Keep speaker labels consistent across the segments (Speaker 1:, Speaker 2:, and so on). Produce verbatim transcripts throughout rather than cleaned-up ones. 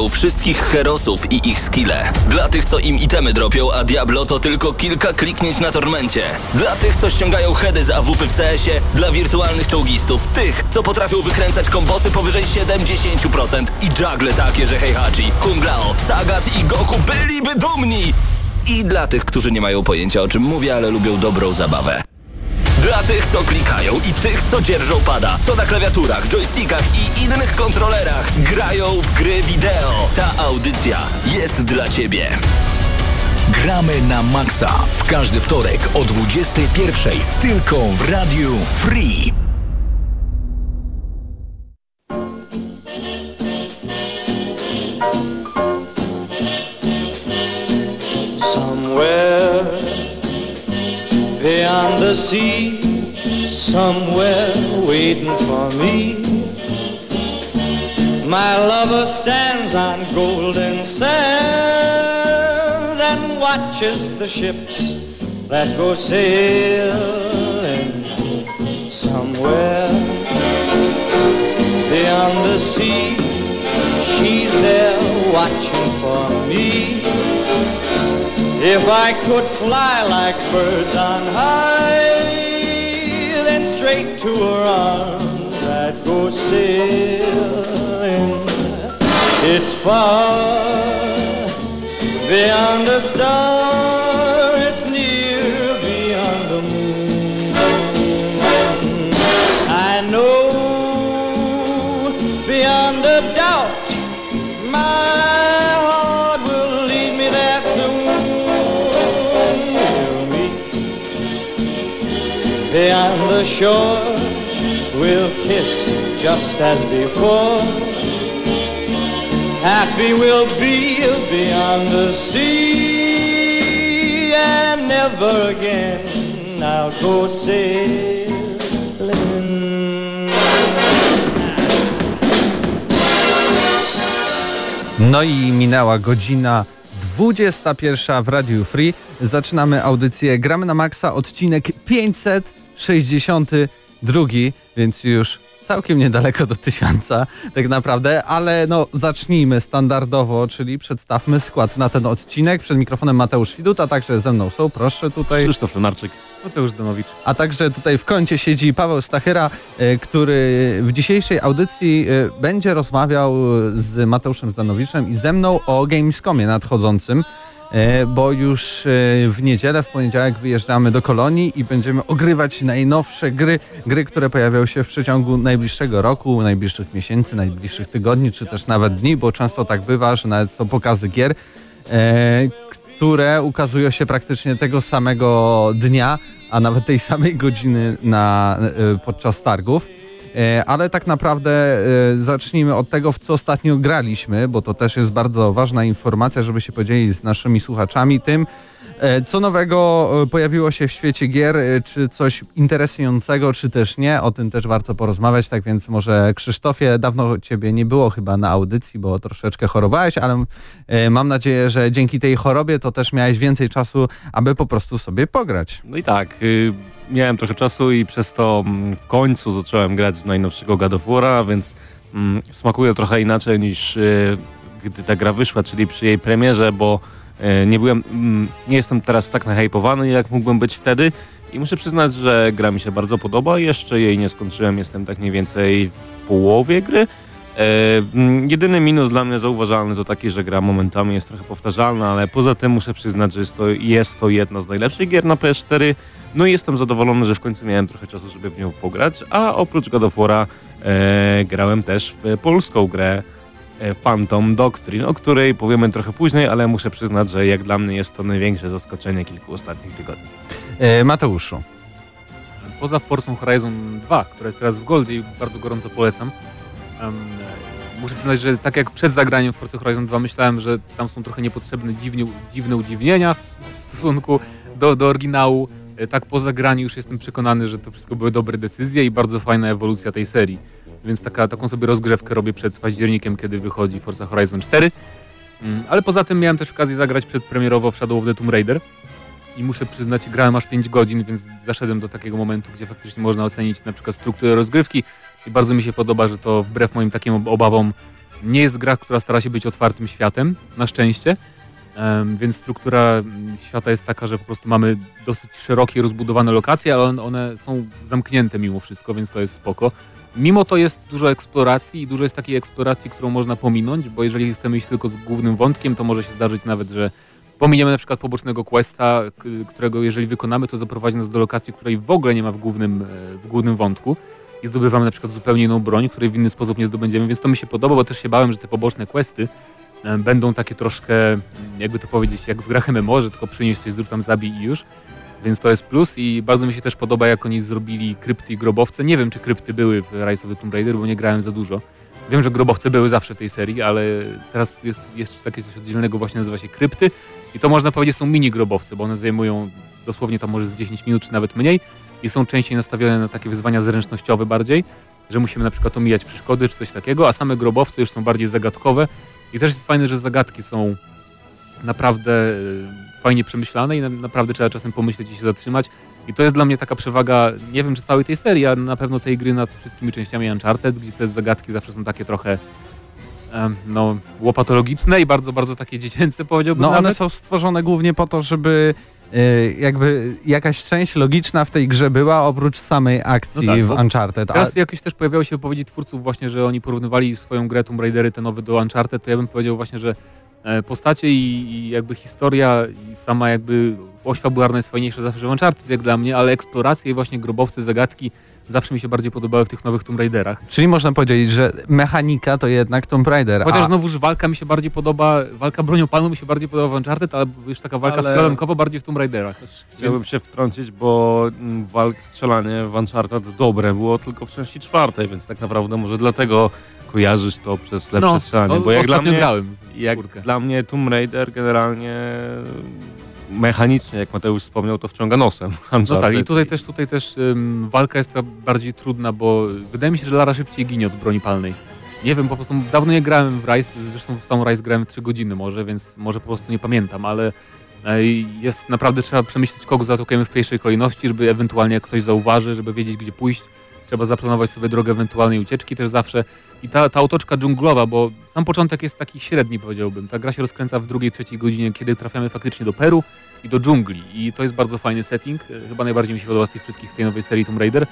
Speaker 1: wszystkich herosów i ich skille. Dla tych, co im itemy dropią, a Diablo to tylko kilka kliknięć na tormencie. Dla tych, co ściągają heady z A W P w C S-ie, dla wirtualnych czołgistów, tych, co potrafią wykręcać kombosy powyżej siedemdziesiąt procent i juggle takie, że Heihachi, Kung Lao, Sagat i Goku byliby dumni. I dla tych, którzy nie mają pojęcia, o czym mówię, ale lubią dobrą zabawę. Dla tych, co klikają i tych, co dzierżą pada, co na klawiaturach, joystickach i innych kontrolerach grają w gry wideo. Ta audycja jest dla Ciebie.
Speaker 2: Gramy na maksa w każdy wtorek o dwudziestej pierwszej tylko w Radiu Free.
Speaker 3: Somewhere beyond the sea, somewhere waiting for me, my lover stands on golden sand and watches the ships that go sailing. Somewhere beyond the sea, she's there watching for me. If I could fly like birds on high, then straight to her arms I'd go sailing. It's far beyond the star, it's near beyond the moon. I know beyond a doubt my heart will lead me there soon. We'll meet beyond the shore, we'll kiss just as before. Happy we'll be beyond the sea, and never again I'll go sailing.
Speaker 4: No i minęła godzina dwudziesta pierwsza w Radiu Free. Zaczynamy audycję Gramy na Maxa, odcinek pięćset sześćdziesiąty drugi, więc już całkiem niedaleko do tysiąca tak naprawdę, ale no zacznijmy standardowo, czyli przedstawmy skład na ten odcinek. Przed mikrofonem Mateusz Widut, a także ze mną są, proszę tutaj...
Speaker 5: Krzysztof Lenarczyk.
Speaker 6: Mateusz Zdanowicz.
Speaker 4: A także tutaj w kącie siedzi Paweł Stachyra, który w dzisiejszej audycji będzie rozmawiał z Mateuszem Zdanowiczem i ze mną o Gamescomie nadchodzącym, bo już w niedzielę, w poniedziałek wyjeżdżamy do Kolonii i będziemy ogrywać najnowsze gry, gry, które pojawią się w przeciągu najbliższego roku, najbliższych miesięcy, najbliższych tygodni, czy też nawet dni, bo często tak bywa, że nawet są pokazy gier, które ukazują się praktycznie tego samego dnia, a nawet tej samej godziny na, podczas targów. Ale tak naprawdę zacznijmy od tego, w co ostatnio graliśmy, bo to też jest bardzo ważna informacja, żeby się podzielić z naszymi słuchaczami tym, co nowego pojawiło się w świecie gier, czy coś interesującego, czy też nie, o tym też warto porozmawiać, tak więc może Krzysztofie, dawno Ciebie nie było chyba na audycji, bo troszeczkę chorowałeś, ale mam nadzieję, że dzięki tej chorobie to też miałeś więcej czasu, aby po prostu sobie pograć.
Speaker 5: No i tak, y, miałem trochę czasu i przez to mm, w końcu zacząłem grać w najnowszego God of War'a, więc mm, smakuje trochę inaczej niż y, gdy ta gra wyszła, czyli przy jej premierze, bo Nie byłem, nie jestem teraz tak nahypowany, jak mógłbym być wtedy i muszę przyznać, że gra mi się bardzo podoba. Jeszcze jej nie skończyłem, jestem tak mniej więcej w połowie gry. E, jedyny minus dla mnie zauważalny to taki, że gra momentami jest trochę powtarzalna, ale poza tym muszę przyznać, że jest to, jest to jedna z najlepszych gier na P S cztery. No i jestem zadowolony, że w końcu miałem trochę czasu, żeby w nią pograć, a oprócz God of War'a e, grałem też w polską grę Phantom Doctrine, o której powiemy trochę później, ale muszę przyznać, że jak dla mnie jest to największe zaskoczenie kilku ostatnich tygodni.
Speaker 4: E, Mateuszu.
Speaker 6: Poza Forzą Horizon dwa, która jest teraz w Goldzie i bardzo gorąco polecam, um, muszę przyznać, że tak jak przed zagraniem Forza Horizon dwa myślałem, że tam są trochę niepotrzebne dziwne, dziwne udziwnienia w stosunku do, do oryginału. Tak po zagraniu już jestem przekonany, że to wszystko były dobre decyzje i bardzo fajna ewolucja tej serii. Więc taka, taką sobie rozgrzewkę robię przed październikiem, kiedy wychodzi Forza Horizon cztery. Ale poza tym miałem też okazję zagrać przedpremierowo w Shadow of the Tomb Raider. I muszę przyznać, grałem aż pięć godzin, więc zaszedłem do takiego momentu, gdzie faktycznie można ocenić na przykład strukturę rozgrywki. I bardzo mi się podoba, że to wbrew moim takim obawom Nie jest gra, która stara się być otwartym światem, na szczęście, um, więc struktura świata jest taka, że po prostu mamy dosyć szerokie, rozbudowane lokacje, ale one są zamknięte mimo wszystko, więc to jest spoko. Mimo to jest dużo eksploracji i dużo jest takiej eksploracji, którą można pominąć, bo jeżeli chcemy iść tylko z głównym wątkiem, to może się zdarzyć nawet, że pominiemy na przykład pobocznego questa, którego jeżeli wykonamy, to zaprowadzi nas do lokacji, której w ogóle nie ma w głównym, w głównym wątku i zdobywamy na przykład zupełnie inną broń, której w inny sposób nie zdobędziemy, więc to mi się podoba, bo też się bałem, że te poboczne questy będą takie troszkę, jakby to powiedzieć, jak w grach M M O, że tylko przynieść coś, zrób tam, zabij i już. Więc to jest plus i bardzo mi się też podoba, jak oni zrobili krypty i grobowce. Nie wiem, czy krypty były w Rise of the Tomb Raider, bo nie grałem za dużo. Wiem, że grobowce były zawsze w tej serii, ale teraz jest, jest takie coś oddzielnego, właśnie nazywa się krypty. I to można powiedzieć są mini grobowce, bo one zajmują dosłownie tam może z dziesięć minut, czy nawet mniej. I są częściej nastawione na takie wyzwania zręcznościowe bardziej, że musimy na przykład omijać przeszkody, czy coś takiego, a same grobowce już są bardziej zagadkowe. I też jest fajne, że zagadki są naprawdę fajnie przemyślane i na, naprawdę trzeba czasem pomyśleć i się zatrzymać. I to jest dla mnie taka przewaga, nie wiem czy z całej tej serii, ale na pewno tej gry nad wszystkimi częściami Uncharted, gdzie te zagadki zawsze są takie trochę um, no, łopatologiczne i bardzo, bardzo takie dziecięce, powiedziałbym.
Speaker 4: No
Speaker 6: nawet.
Speaker 4: one są stworzone głównie po to, żeby y, jakby jakaś część logiczna w tej grze była, oprócz samej akcji
Speaker 6: No tak,
Speaker 4: w
Speaker 6: bo
Speaker 4: Uncharted.
Speaker 6: Teraz jakieś też pojawiały się wypowiedzi twórców właśnie, że oni porównywali swoją grę Tomb Raidery te nowe do Uncharted, to ja bym powiedział właśnie, że postacie i, i jakby historia i sama jakby oś fabularna jest fajniejsza zawsze w Uncharted jak dla mnie, ale eksploracje i właśnie grobowce, zagadki zawsze mi się bardziej podobały w tych nowych Tomb Raiderach.
Speaker 4: Czyli można powiedzieć, że mechanika to jednak Tomb Raider.
Speaker 6: Chociaż
Speaker 4: a...
Speaker 6: znowuż walka mi się bardziej podoba, walka bronią palną mi się bardziej podoba w Uncharted, ale już taka walka
Speaker 5: Ale...
Speaker 6: skradankowa bardziej w Tomb Raiderach.
Speaker 5: Chciałbym
Speaker 6: Więc...
Speaker 5: się wtrącić, bo walk, strzelanie w Uncharted dobre było tylko w części czwartej, więc tak naprawdę może dlatego kojarzysz to przez lepsze
Speaker 6: no,
Speaker 5: strzelanie,
Speaker 6: no,
Speaker 5: bo jak dla mnie,
Speaker 6: grałem
Speaker 5: jak
Speaker 6: czwórkę.
Speaker 5: dla mnie Tomb Raider generalnie mechanicznie, jak Mateusz wspomniał, to wciąga nosem.
Speaker 6: No tak i tutaj też, tutaj też um, walka jest ta bardziej trudna, bo wydaje mi się, że Lara szybciej ginie od broni palnej. Nie wiem, po prostu dawno nie grałem w Rise, zresztą w samą Rise grałem trzy godziny może, więc może po prostu nie pamiętam, ale jest naprawdę, trzeba przemyśleć, kogo zaatakujemy w pierwszej kolejności, żeby ewentualnie jak ktoś zauważy, żeby wiedzieć, gdzie pójść. Trzeba zaplanować sobie drogę ewentualnej ucieczki też zawsze. I ta, ta otoczka dżunglowa, bo sam początek jest taki średni, powiedziałbym. Ta gra się rozkręca w drugiej, trzeciej godzinie, kiedy trafiamy faktycznie do Peru i do dżungli. I to jest bardzo fajny setting. Chyba najbardziej mi się podoba z tych wszystkich z tej nowej serii Tomb Raider.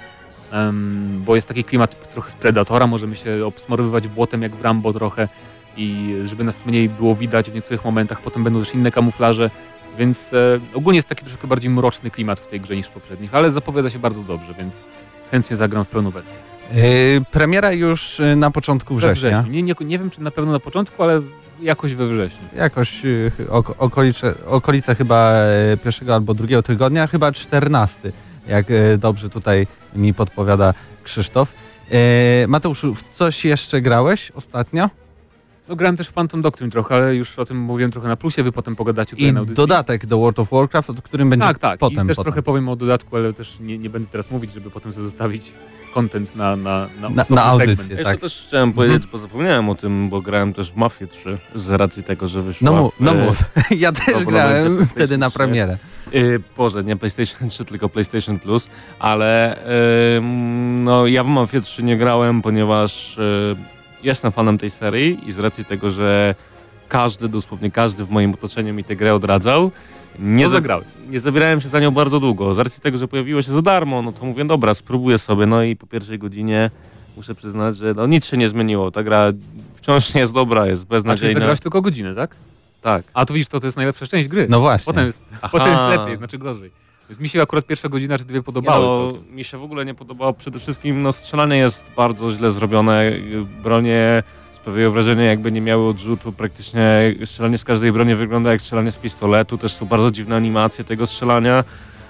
Speaker 6: Um, bo jest taki klimat trochę z Predatora, możemy się obsmarowywać błotem jak w Rambo trochę i żeby nas mniej było widać w niektórych momentach, potem będą też inne kamuflaże. Więc e, ogólnie jest taki troszkę bardziej mroczny klimat w tej grze niż w poprzednich, ale zapowiada się bardzo dobrze, więc chętnie zagram w pełną wersję.
Speaker 4: Yy, premiera już na początku września.
Speaker 6: We wrześniu. Nie, nie, nie wiem czy na pewno na początku, ale jakoś we wrześniu.
Speaker 4: Jakoś yy, oko, okolice, okolice chyba yy, pierwszego albo drugiego tygodnia, chyba czternasty, jak yy, dobrze tutaj mi podpowiada Krzysztof. Yy, Mateuszu, w coś jeszcze grałeś ostatnio?
Speaker 6: No grałem też w Phantom Doctrine trochę, ale już o tym mówiłem trochę na plusie, wy potem pogadacie tutaj
Speaker 4: I
Speaker 6: na audycji.
Speaker 4: dodatek do World of Warcraft, o którym będzie
Speaker 6: tak, tak.
Speaker 4: potem.
Speaker 6: I też
Speaker 4: potem.
Speaker 6: trochę powiem o dodatku, ale też nie, nie będę teraz mówić, żeby potem sobie zostawić content na, na, na,
Speaker 4: Na-
Speaker 6: osobny
Speaker 4: na audycję.
Speaker 6: segment.
Speaker 5: Ja
Speaker 4: tak.
Speaker 5: jeszcze też chciałem powiedzieć, bo zapomniałem o tym, bo grałem też w Mafię trzy z racji tego, że wyszła
Speaker 4: No, mów,
Speaker 5: w,
Speaker 4: no mów, ja też
Speaker 5: abonamencie
Speaker 4: grałem
Speaker 5: PlayStation
Speaker 4: wtedy na
Speaker 5: trzy.
Speaker 4: premierę.
Speaker 5: Yy, Boże, nie PlayStation trzy, tylko PlayStation Plus, ale yy, no ja w Mafię trzy nie grałem, ponieważ yy, jestem fanem tej serii i z racji tego, że każdy, dosłownie każdy w moim otoczeniu mi tę grę odradzał, nie,
Speaker 6: To
Speaker 5: za,
Speaker 6: zagrałeś.
Speaker 5: nie zabierałem się za nią bardzo długo. Z racji tego, że pojawiło się za darmo, no to mówię, dobra, spróbuję sobie, no i po pierwszej godzinie muszę przyznać, że no nic się nie zmieniło. Ta gra wciąż nie jest dobra, jest
Speaker 6: A czyli
Speaker 5: beznadziejna.
Speaker 6: zagrałeś tylko godzinę, tak?
Speaker 5: Tak.
Speaker 6: A to widzisz, to, to jest najlepsza część gry.
Speaker 4: No właśnie.
Speaker 6: Potem jest,
Speaker 5: Aha.
Speaker 6: potem jest lepiej, znaczy gorzej. Więc mi się akurat pierwsza godzina czy dwie podobały.
Speaker 5: No,
Speaker 6: całkiem.
Speaker 5: mi się w ogóle nie podobało. Przede wszystkim no, strzelanie jest bardzo źle zrobione. Bronie sprawiają wrażenie, jakby nie miały odrzutu. Praktycznie strzelanie z każdej broni wygląda jak strzelanie z pistoletu. Też są bardzo dziwne animacje tego strzelania.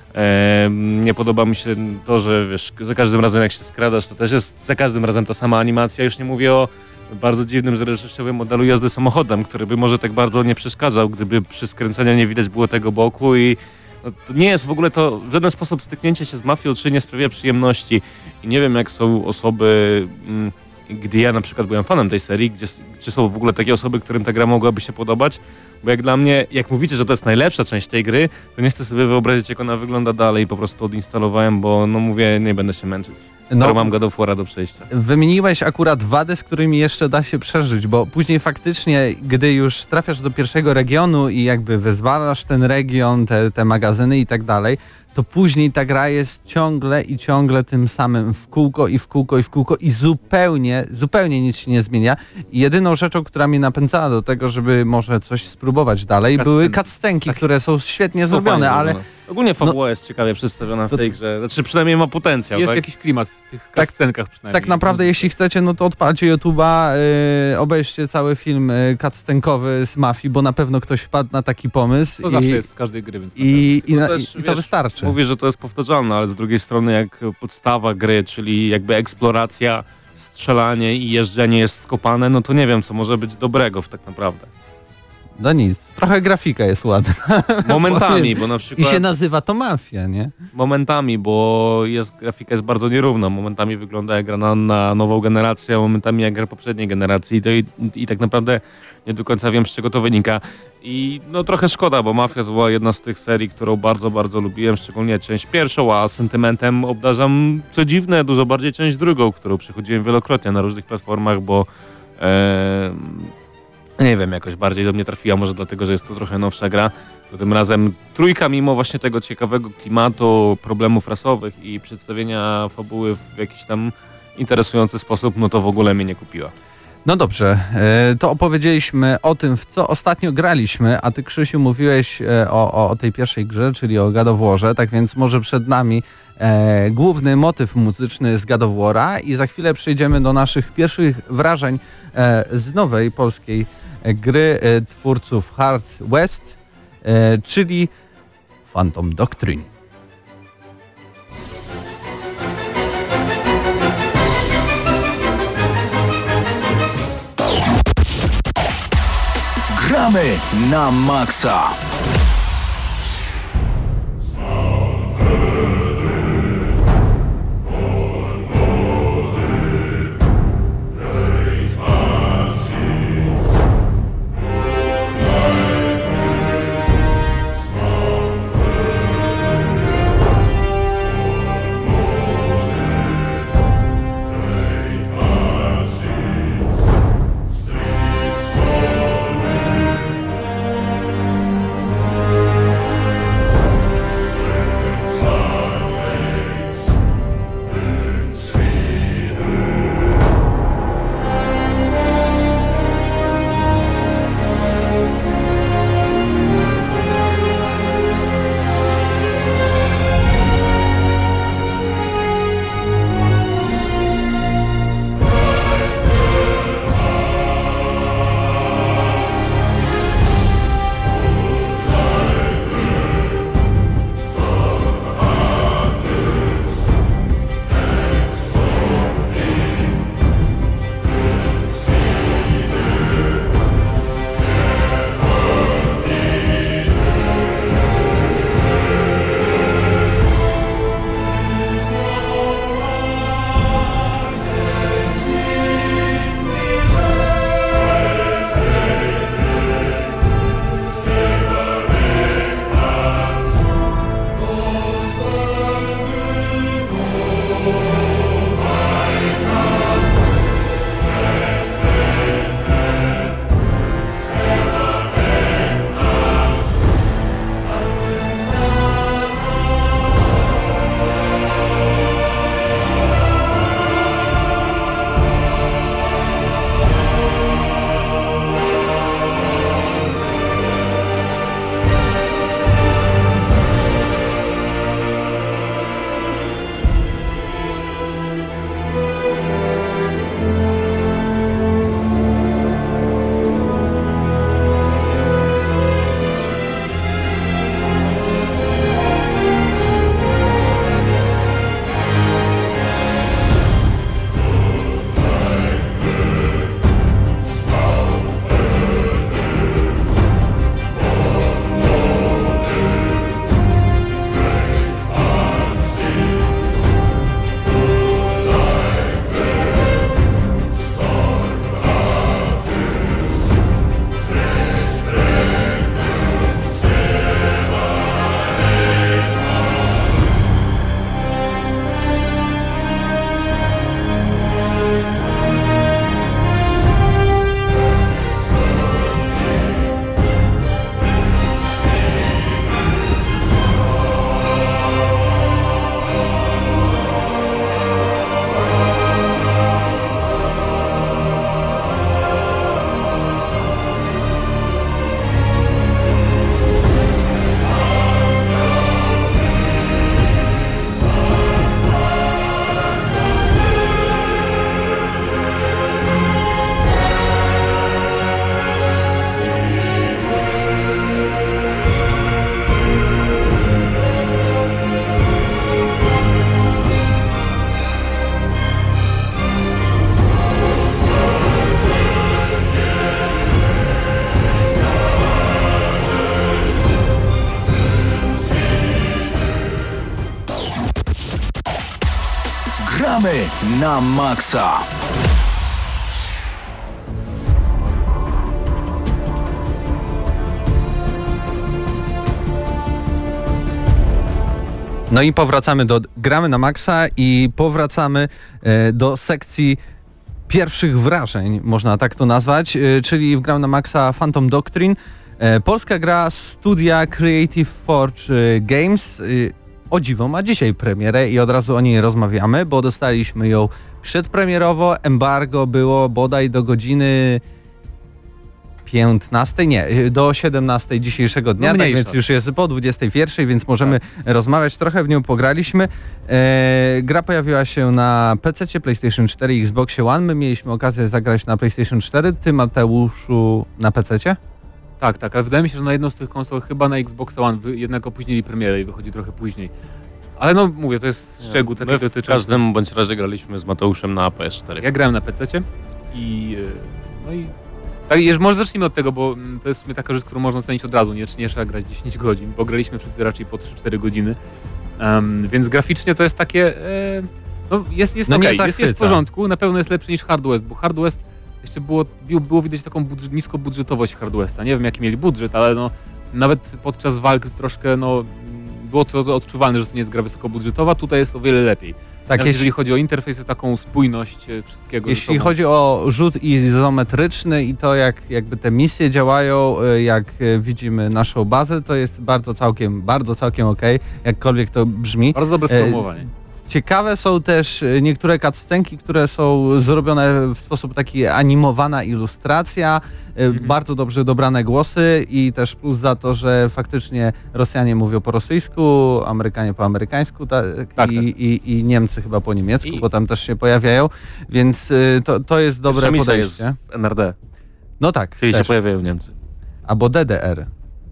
Speaker 5: Ehm, nie podoba mi się to, że wiesz, za każdym razem jak się skradasz, to też jest za każdym razem ta sama animacja. Już nie mówię o bardzo dziwnym, zręcznościowym modelu jazdy samochodem, który by może tak bardzo nie przeszkadzał, gdyby przy skręceniu nie widać było tego boku i no, to nie jest w ogóle to, w żaden sposób styknięcie się z Mafią trzy nie sprawia przyjemności i nie wiem jak są osoby, mm, gdy ja na przykład byłem fanem tej serii, gdzie, czy są w ogóle takie osoby, którym ta gra mogłaby się podobać, bo jak dla mnie, jak mówicie, że to jest najlepsza część tej gry, to nie chcę sobie wyobrazić jak ona wygląda dalej i po prostu odinstalowałem, bo no mówię, nie będę się męczyć. skoro mam God of War'a do przejścia.
Speaker 4: Wymieniłeś akurat wady, z którymi jeszcze da się przeżyć, bo później faktycznie, gdy już trafiasz do pierwszego regionu i jakby wyzwalasz ten region, te, te magazyny i tak dalej, to później ta gra jest ciągle i ciągle tym samym w kółko i w kółko i w kółko i zupełnie, zupełnie nic się nie zmienia. I jedyną rzeczą, która mnie napędzała do tego, żeby może coś spróbować dalej,
Speaker 6: Cutsceny.
Speaker 4: były cutscenki, które są świetnie
Speaker 5: To
Speaker 4: zrobione,
Speaker 5: fajnie
Speaker 4: ale...
Speaker 5: zrobione. Ogólnie fabuła jest ciekawie przedstawiona w tej grze, znaczy przynajmniej ma potencjał,
Speaker 6: Jest
Speaker 5: tak?
Speaker 6: jakiś klimat w tych
Speaker 4: Tak-
Speaker 6: scenkach przynajmniej.
Speaker 4: Tak naprawdę jeśli chcecie, no to odpalcie YouTube'a, yy, obejrzcie cały film yy, cutscenkowy z Mafii, bo na pewno ktoś wpadł na taki pomysł.
Speaker 6: To
Speaker 4: i,
Speaker 6: zawsze jest z każdej gry, więc
Speaker 4: I, i,
Speaker 5: To
Speaker 4: na,
Speaker 5: też,
Speaker 4: i to
Speaker 5: wiesz,
Speaker 4: wystarczy.
Speaker 5: Mówię, że to jest powtarzalne, ale z drugiej strony jak podstawa gry, czyli jakby eksploracja, strzelanie i jeżdżenie jest skopane, no to nie wiem, co może być dobrego w tak naprawdę.
Speaker 4: No nic, trochę grafika jest ładna.
Speaker 5: Momentami, bo na
Speaker 4: I
Speaker 5: przykład...
Speaker 4: się nazywa to Mafia, nie?
Speaker 5: Momentami, bo jest, grafika jest bardzo nierówna. Momentami wygląda jak gra na, na nową generację, a momentami jak gra poprzedniej generacji i, to i, i tak naprawdę nie do końca wiem, z czego to wynika. I no trochę szkoda, bo Mafia to była jedna z tych serii, którą bardzo, bardzo lubiłem, szczególnie część pierwszą, a sentymentem obdarzam, co dziwne, dużo bardziej część drugą, którą przechodziłem wielokrotnie na różnych platformach, bo e, nie wiem, jakoś bardziej do mnie trafiła, może dlatego, że jest to trochę nowsza gra. To tym razem trójka, mimo właśnie tego ciekawego klimatu, problemów rasowych i przedstawienia fabuły w jakiś tam interesujący sposób, no to w ogóle mnie nie kupiła.
Speaker 4: No dobrze, e, to opowiedzieliśmy o tym, w co ostatnio graliśmy, a ty, Krzysiu, mówiłeś e, o, o tej pierwszej grze, czyli o God of Warze, tak więc może przed nami e, główny motyw muzyczny z God of War'a i za chwilę przejdziemy do naszych pierwszych wrażeń e, z nowej polskiej gry e, twórców Hard West, e, czyli Phantom Doctrine.
Speaker 2: Gramy na maksa. Gramy na maksa.
Speaker 4: No i powracamy do Gramy na maksa i powracamy e, do sekcji pierwszych wrażeń, można tak to nazwać, e, czyli w Gramy na maksa Phantom Doctrine. E, polska gra studia Creative Forge e, Games. E, o dziwo ma dzisiaj premierę i od razu o niej rozmawiamy, bo dostaliśmy ją przedpremierowo. Embargo było bodaj do godziny piętnastej, nie, do siedemnastej dzisiejszego dnia,
Speaker 6: No
Speaker 4: tak
Speaker 6: mniejsza.
Speaker 4: więc już jest po dwudziestej pierwszej, więc możemy rozmawiać, trochę w nią pograliśmy. E, gra pojawiła się na P C, PlayStation cztery i Xboxie One. My mieliśmy okazję zagrać na PlayStation cztery, ty Mateuszu na P C?
Speaker 6: Tak, tak, ale wydaje mi się, że na jedną z tych konsol, chyba na Xbox One, wy- jednak opóźnili premierę i wychodzi trochę później. Ale no mówię, to jest szczegół taki
Speaker 5: My w
Speaker 6: dotyczący...
Speaker 5: każdym bądź razie graliśmy z Mateuszem na P S cztery.
Speaker 6: Ja grałem na P C i... yy, no i... Tak, jeż- może zacznijmy od tego, bo mm, to jest w sumie taka rzecz, którą można ocenić od razu, nie, nie trzeba grać dziesięć godzin, bo graliśmy wszyscy raczej po trzy cztery godziny. Um, więc graficznie to jest takie... E, no jest, jest
Speaker 4: No nie
Speaker 6: okej, jest, jest w
Speaker 4: zachwyca.
Speaker 6: porządku, na pewno jest lepszy niż Hard West, bo Hard West jeszcze było, było, było widać taką budżet, niskobudżetowość Hard Westa. Nie wiem jaki mieli budżet, ale no nawet podczas walk troszkę no było to odczuwalne, że to nie jest gra wysokobudżetowa, tutaj jest o wiele lepiej.
Speaker 4: Tak,
Speaker 6: Nawet
Speaker 4: jeśli,
Speaker 6: jeżeli chodzi o interfejs, to taką spójność e, wszystkiego ze
Speaker 4: jeśli
Speaker 6: sobą.
Speaker 4: chodzi o rzut izometryczny i to jak jakby te misje działają, e, jak e, widzimy naszą bazę, to jest bardzo całkiem, bardzo całkiem okej, jakkolwiek to brzmi.
Speaker 6: Bardzo dobre
Speaker 4: E,
Speaker 6: sformułowanie.
Speaker 4: Ciekawe są też e, niektóre cutscenki, które są zrobione w sposób taki animowana ilustracja, e,
Speaker 6: Mhm.
Speaker 4: bardzo dobrze dobrane głosy i też plus za to, że faktycznie Rosjanie mówią po rosyjsku, Amerykanie po amerykańsku tak,
Speaker 6: tak.
Speaker 4: i, i, i Niemcy chyba po niemiecku,
Speaker 5: I-
Speaker 4: bo tam też się pojawiają, więc e, to, to jest dobre
Speaker 5: Pierwsza misja
Speaker 4: podejście.
Speaker 5: jest w N R D,
Speaker 4: No tak,
Speaker 5: czyli się
Speaker 4: też.
Speaker 5: pojawiają Niemcy.
Speaker 4: Albo D D R.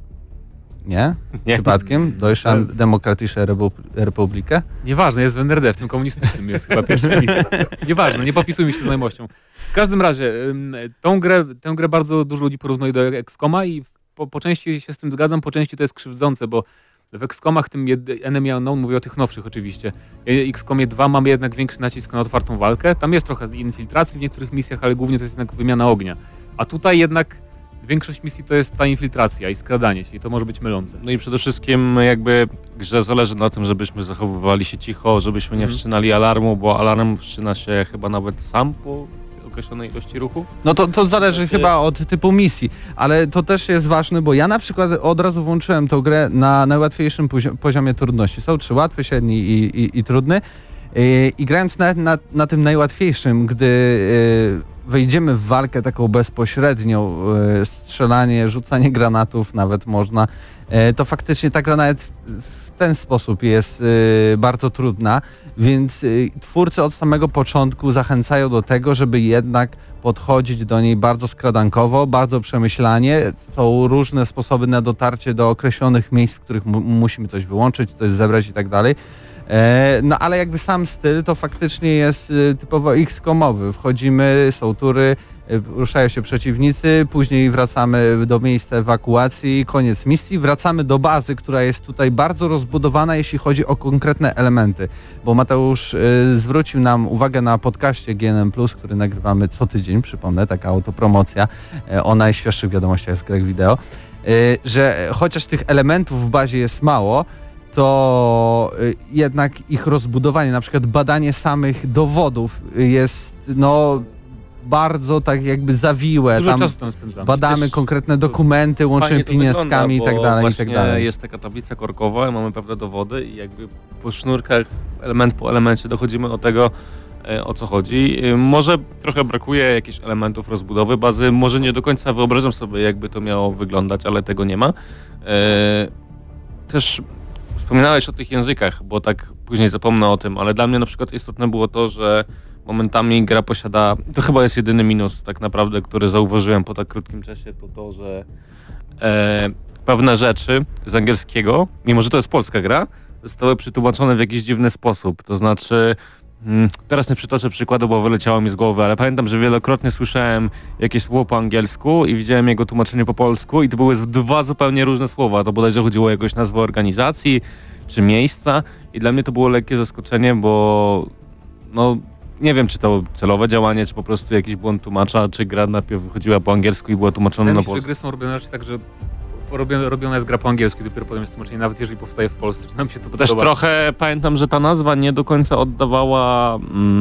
Speaker 4: Nie?
Speaker 5: Nie.
Speaker 4: Przypadkiem? Deutschland Demokratische Repu- Republikę?
Speaker 6: Nieważne, jest w N R D, w tym komunistycznym jest chyba pierwsza misja. Nieważne, nie popisujmy się znajomością. W każdym razie, ym, tą grę, tę grę bardzo dużo ludzi porównuje do Excoma i po, po części się z tym zgadzam, po części to jest krzywdzące, bo w Excomach, tym jed- Enemy Unknown, mówię o tych nowszych oczywiście, w Excomie dwa mamy jednak większy nacisk na otwartą walkę, tam jest trochę infiltracji w niektórych misjach, ale głównie to jest jednak wymiana ognia. A tutaj jednak większość misji to jest ta infiltracja i skradanie się i to może być mylące.
Speaker 5: No i przede wszystkim jakby grze zależy na tym, żebyśmy zachowywali się cicho, żebyśmy nie
Speaker 6: Mhm.
Speaker 5: wszczynali alarmu, bo alarm wszczyna się chyba nawet sam po określonej ilości ruchów.
Speaker 4: No to, to zależy
Speaker 5: Znaczy-
Speaker 4: chyba od typu misji, ale to też jest ważne, bo ja na przykład od razu włączyłem tą grę na najłatwiejszym pozio- poziomie trudności. Są trzy, łatwy, średni i, i, i trudny. I, i grając na, na, na tym najłatwiejszym, gdy y, wejdziemy w walkę taką bezpośrednią, y, strzelanie, rzucanie granatów nawet można, y, to faktycznie ta gra nawet w, w ten sposób jest y, bardzo trudna, więc y, twórcy od samego początku zachęcają do tego, żeby jednak podchodzić do niej bardzo skradankowo, bardzo przemyślanie. Są różne sposoby na dotarcie do określonych miejsc, w których mu- musimy coś wyłączyć, coś zebrać i tak dalej. E, No ale jakby sam styl to faktycznie jest y, typowo X-komowy. Wchodzimy, są tury, y, ruszają się przeciwnicy, później wracamy do miejsca ewakuacji, koniec misji, wracamy do bazy, która jest tutaj bardzo rozbudowana, jeśli chodzi o konkretne elementy. Bo Mateusz y, zwrócił nam uwagę na podcaście G N M plus, który nagrywamy co tydzień, przypomnę, taka autopromocja y, o najświeższych wiadomościach z grek wideo, y, że chociaż tych elementów w bazie jest mało, to y, jednak ich rozbudowanie, na przykład badanie samych dowodów jest no bardzo tak jakby zawiłe.
Speaker 6: Dużo
Speaker 4: Tam
Speaker 6: czasu tam spędzamy.
Speaker 4: badamy
Speaker 5: Też
Speaker 4: konkretne dokumenty, łączymy
Speaker 5: Fajnie to
Speaker 4: pineskami i
Speaker 5: wygląda,
Speaker 4: tak
Speaker 5: bo
Speaker 4: dalej, i
Speaker 5: właśnie
Speaker 4: tak dalej.
Speaker 5: jest taka tablica korkowa, mamy pewne dowody i jakby po sznurkach, element po elemencie dochodzimy do tego, e, o co chodzi. E, Może trochę brakuje jakichś elementów rozbudowy bazy, może nie do końca wyobrażam sobie, jakby to miało wyglądać, ale tego nie ma. E, Też wspominałeś o tych językach, bo tak później zapomnę o tym, ale dla mnie na przykład istotne było to, że momentami gra posiada, to chyba jest jedyny minus tak naprawdę, który zauważyłem po tak krótkim czasie, to to, że e, pewne rzeczy z angielskiego, mimo że to jest polska gra, zostały przetłumaczone w jakiś dziwny sposób. To znaczy, mm, teraz nie przytoczę przykładu, bo wyleciało mi z głowy, ale pamiętam, że wielokrotnie słyszałem jakieś słowo po angielsku i widziałem jego tłumaczenie po polsku i to były dwa zupełnie różne słowa. To bodajże chodziło o jakąś nazwę organizacji czy miejsca i dla mnie to było lekkie zaskoczenie, bo no nie wiem, czy to celowe działanie, czy po prostu jakiś błąd tłumacza, czy gra najpierw wychodziła po angielsku i była tłumaczona na
Speaker 6: Wydaje mi się, że
Speaker 5: polsku.
Speaker 6: gry są robione raczej tak, że robiona, robiona jest gra po angielsku i dopiero potem jest tłumaczenie, nawet jeżeli powstaje w Polsce, czy nam się to
Speaker 5: Bo też
Speaker 6: podoba.
Speaker 5: trochę pamiętam, że ta nazwa nie do końca oddawała mm,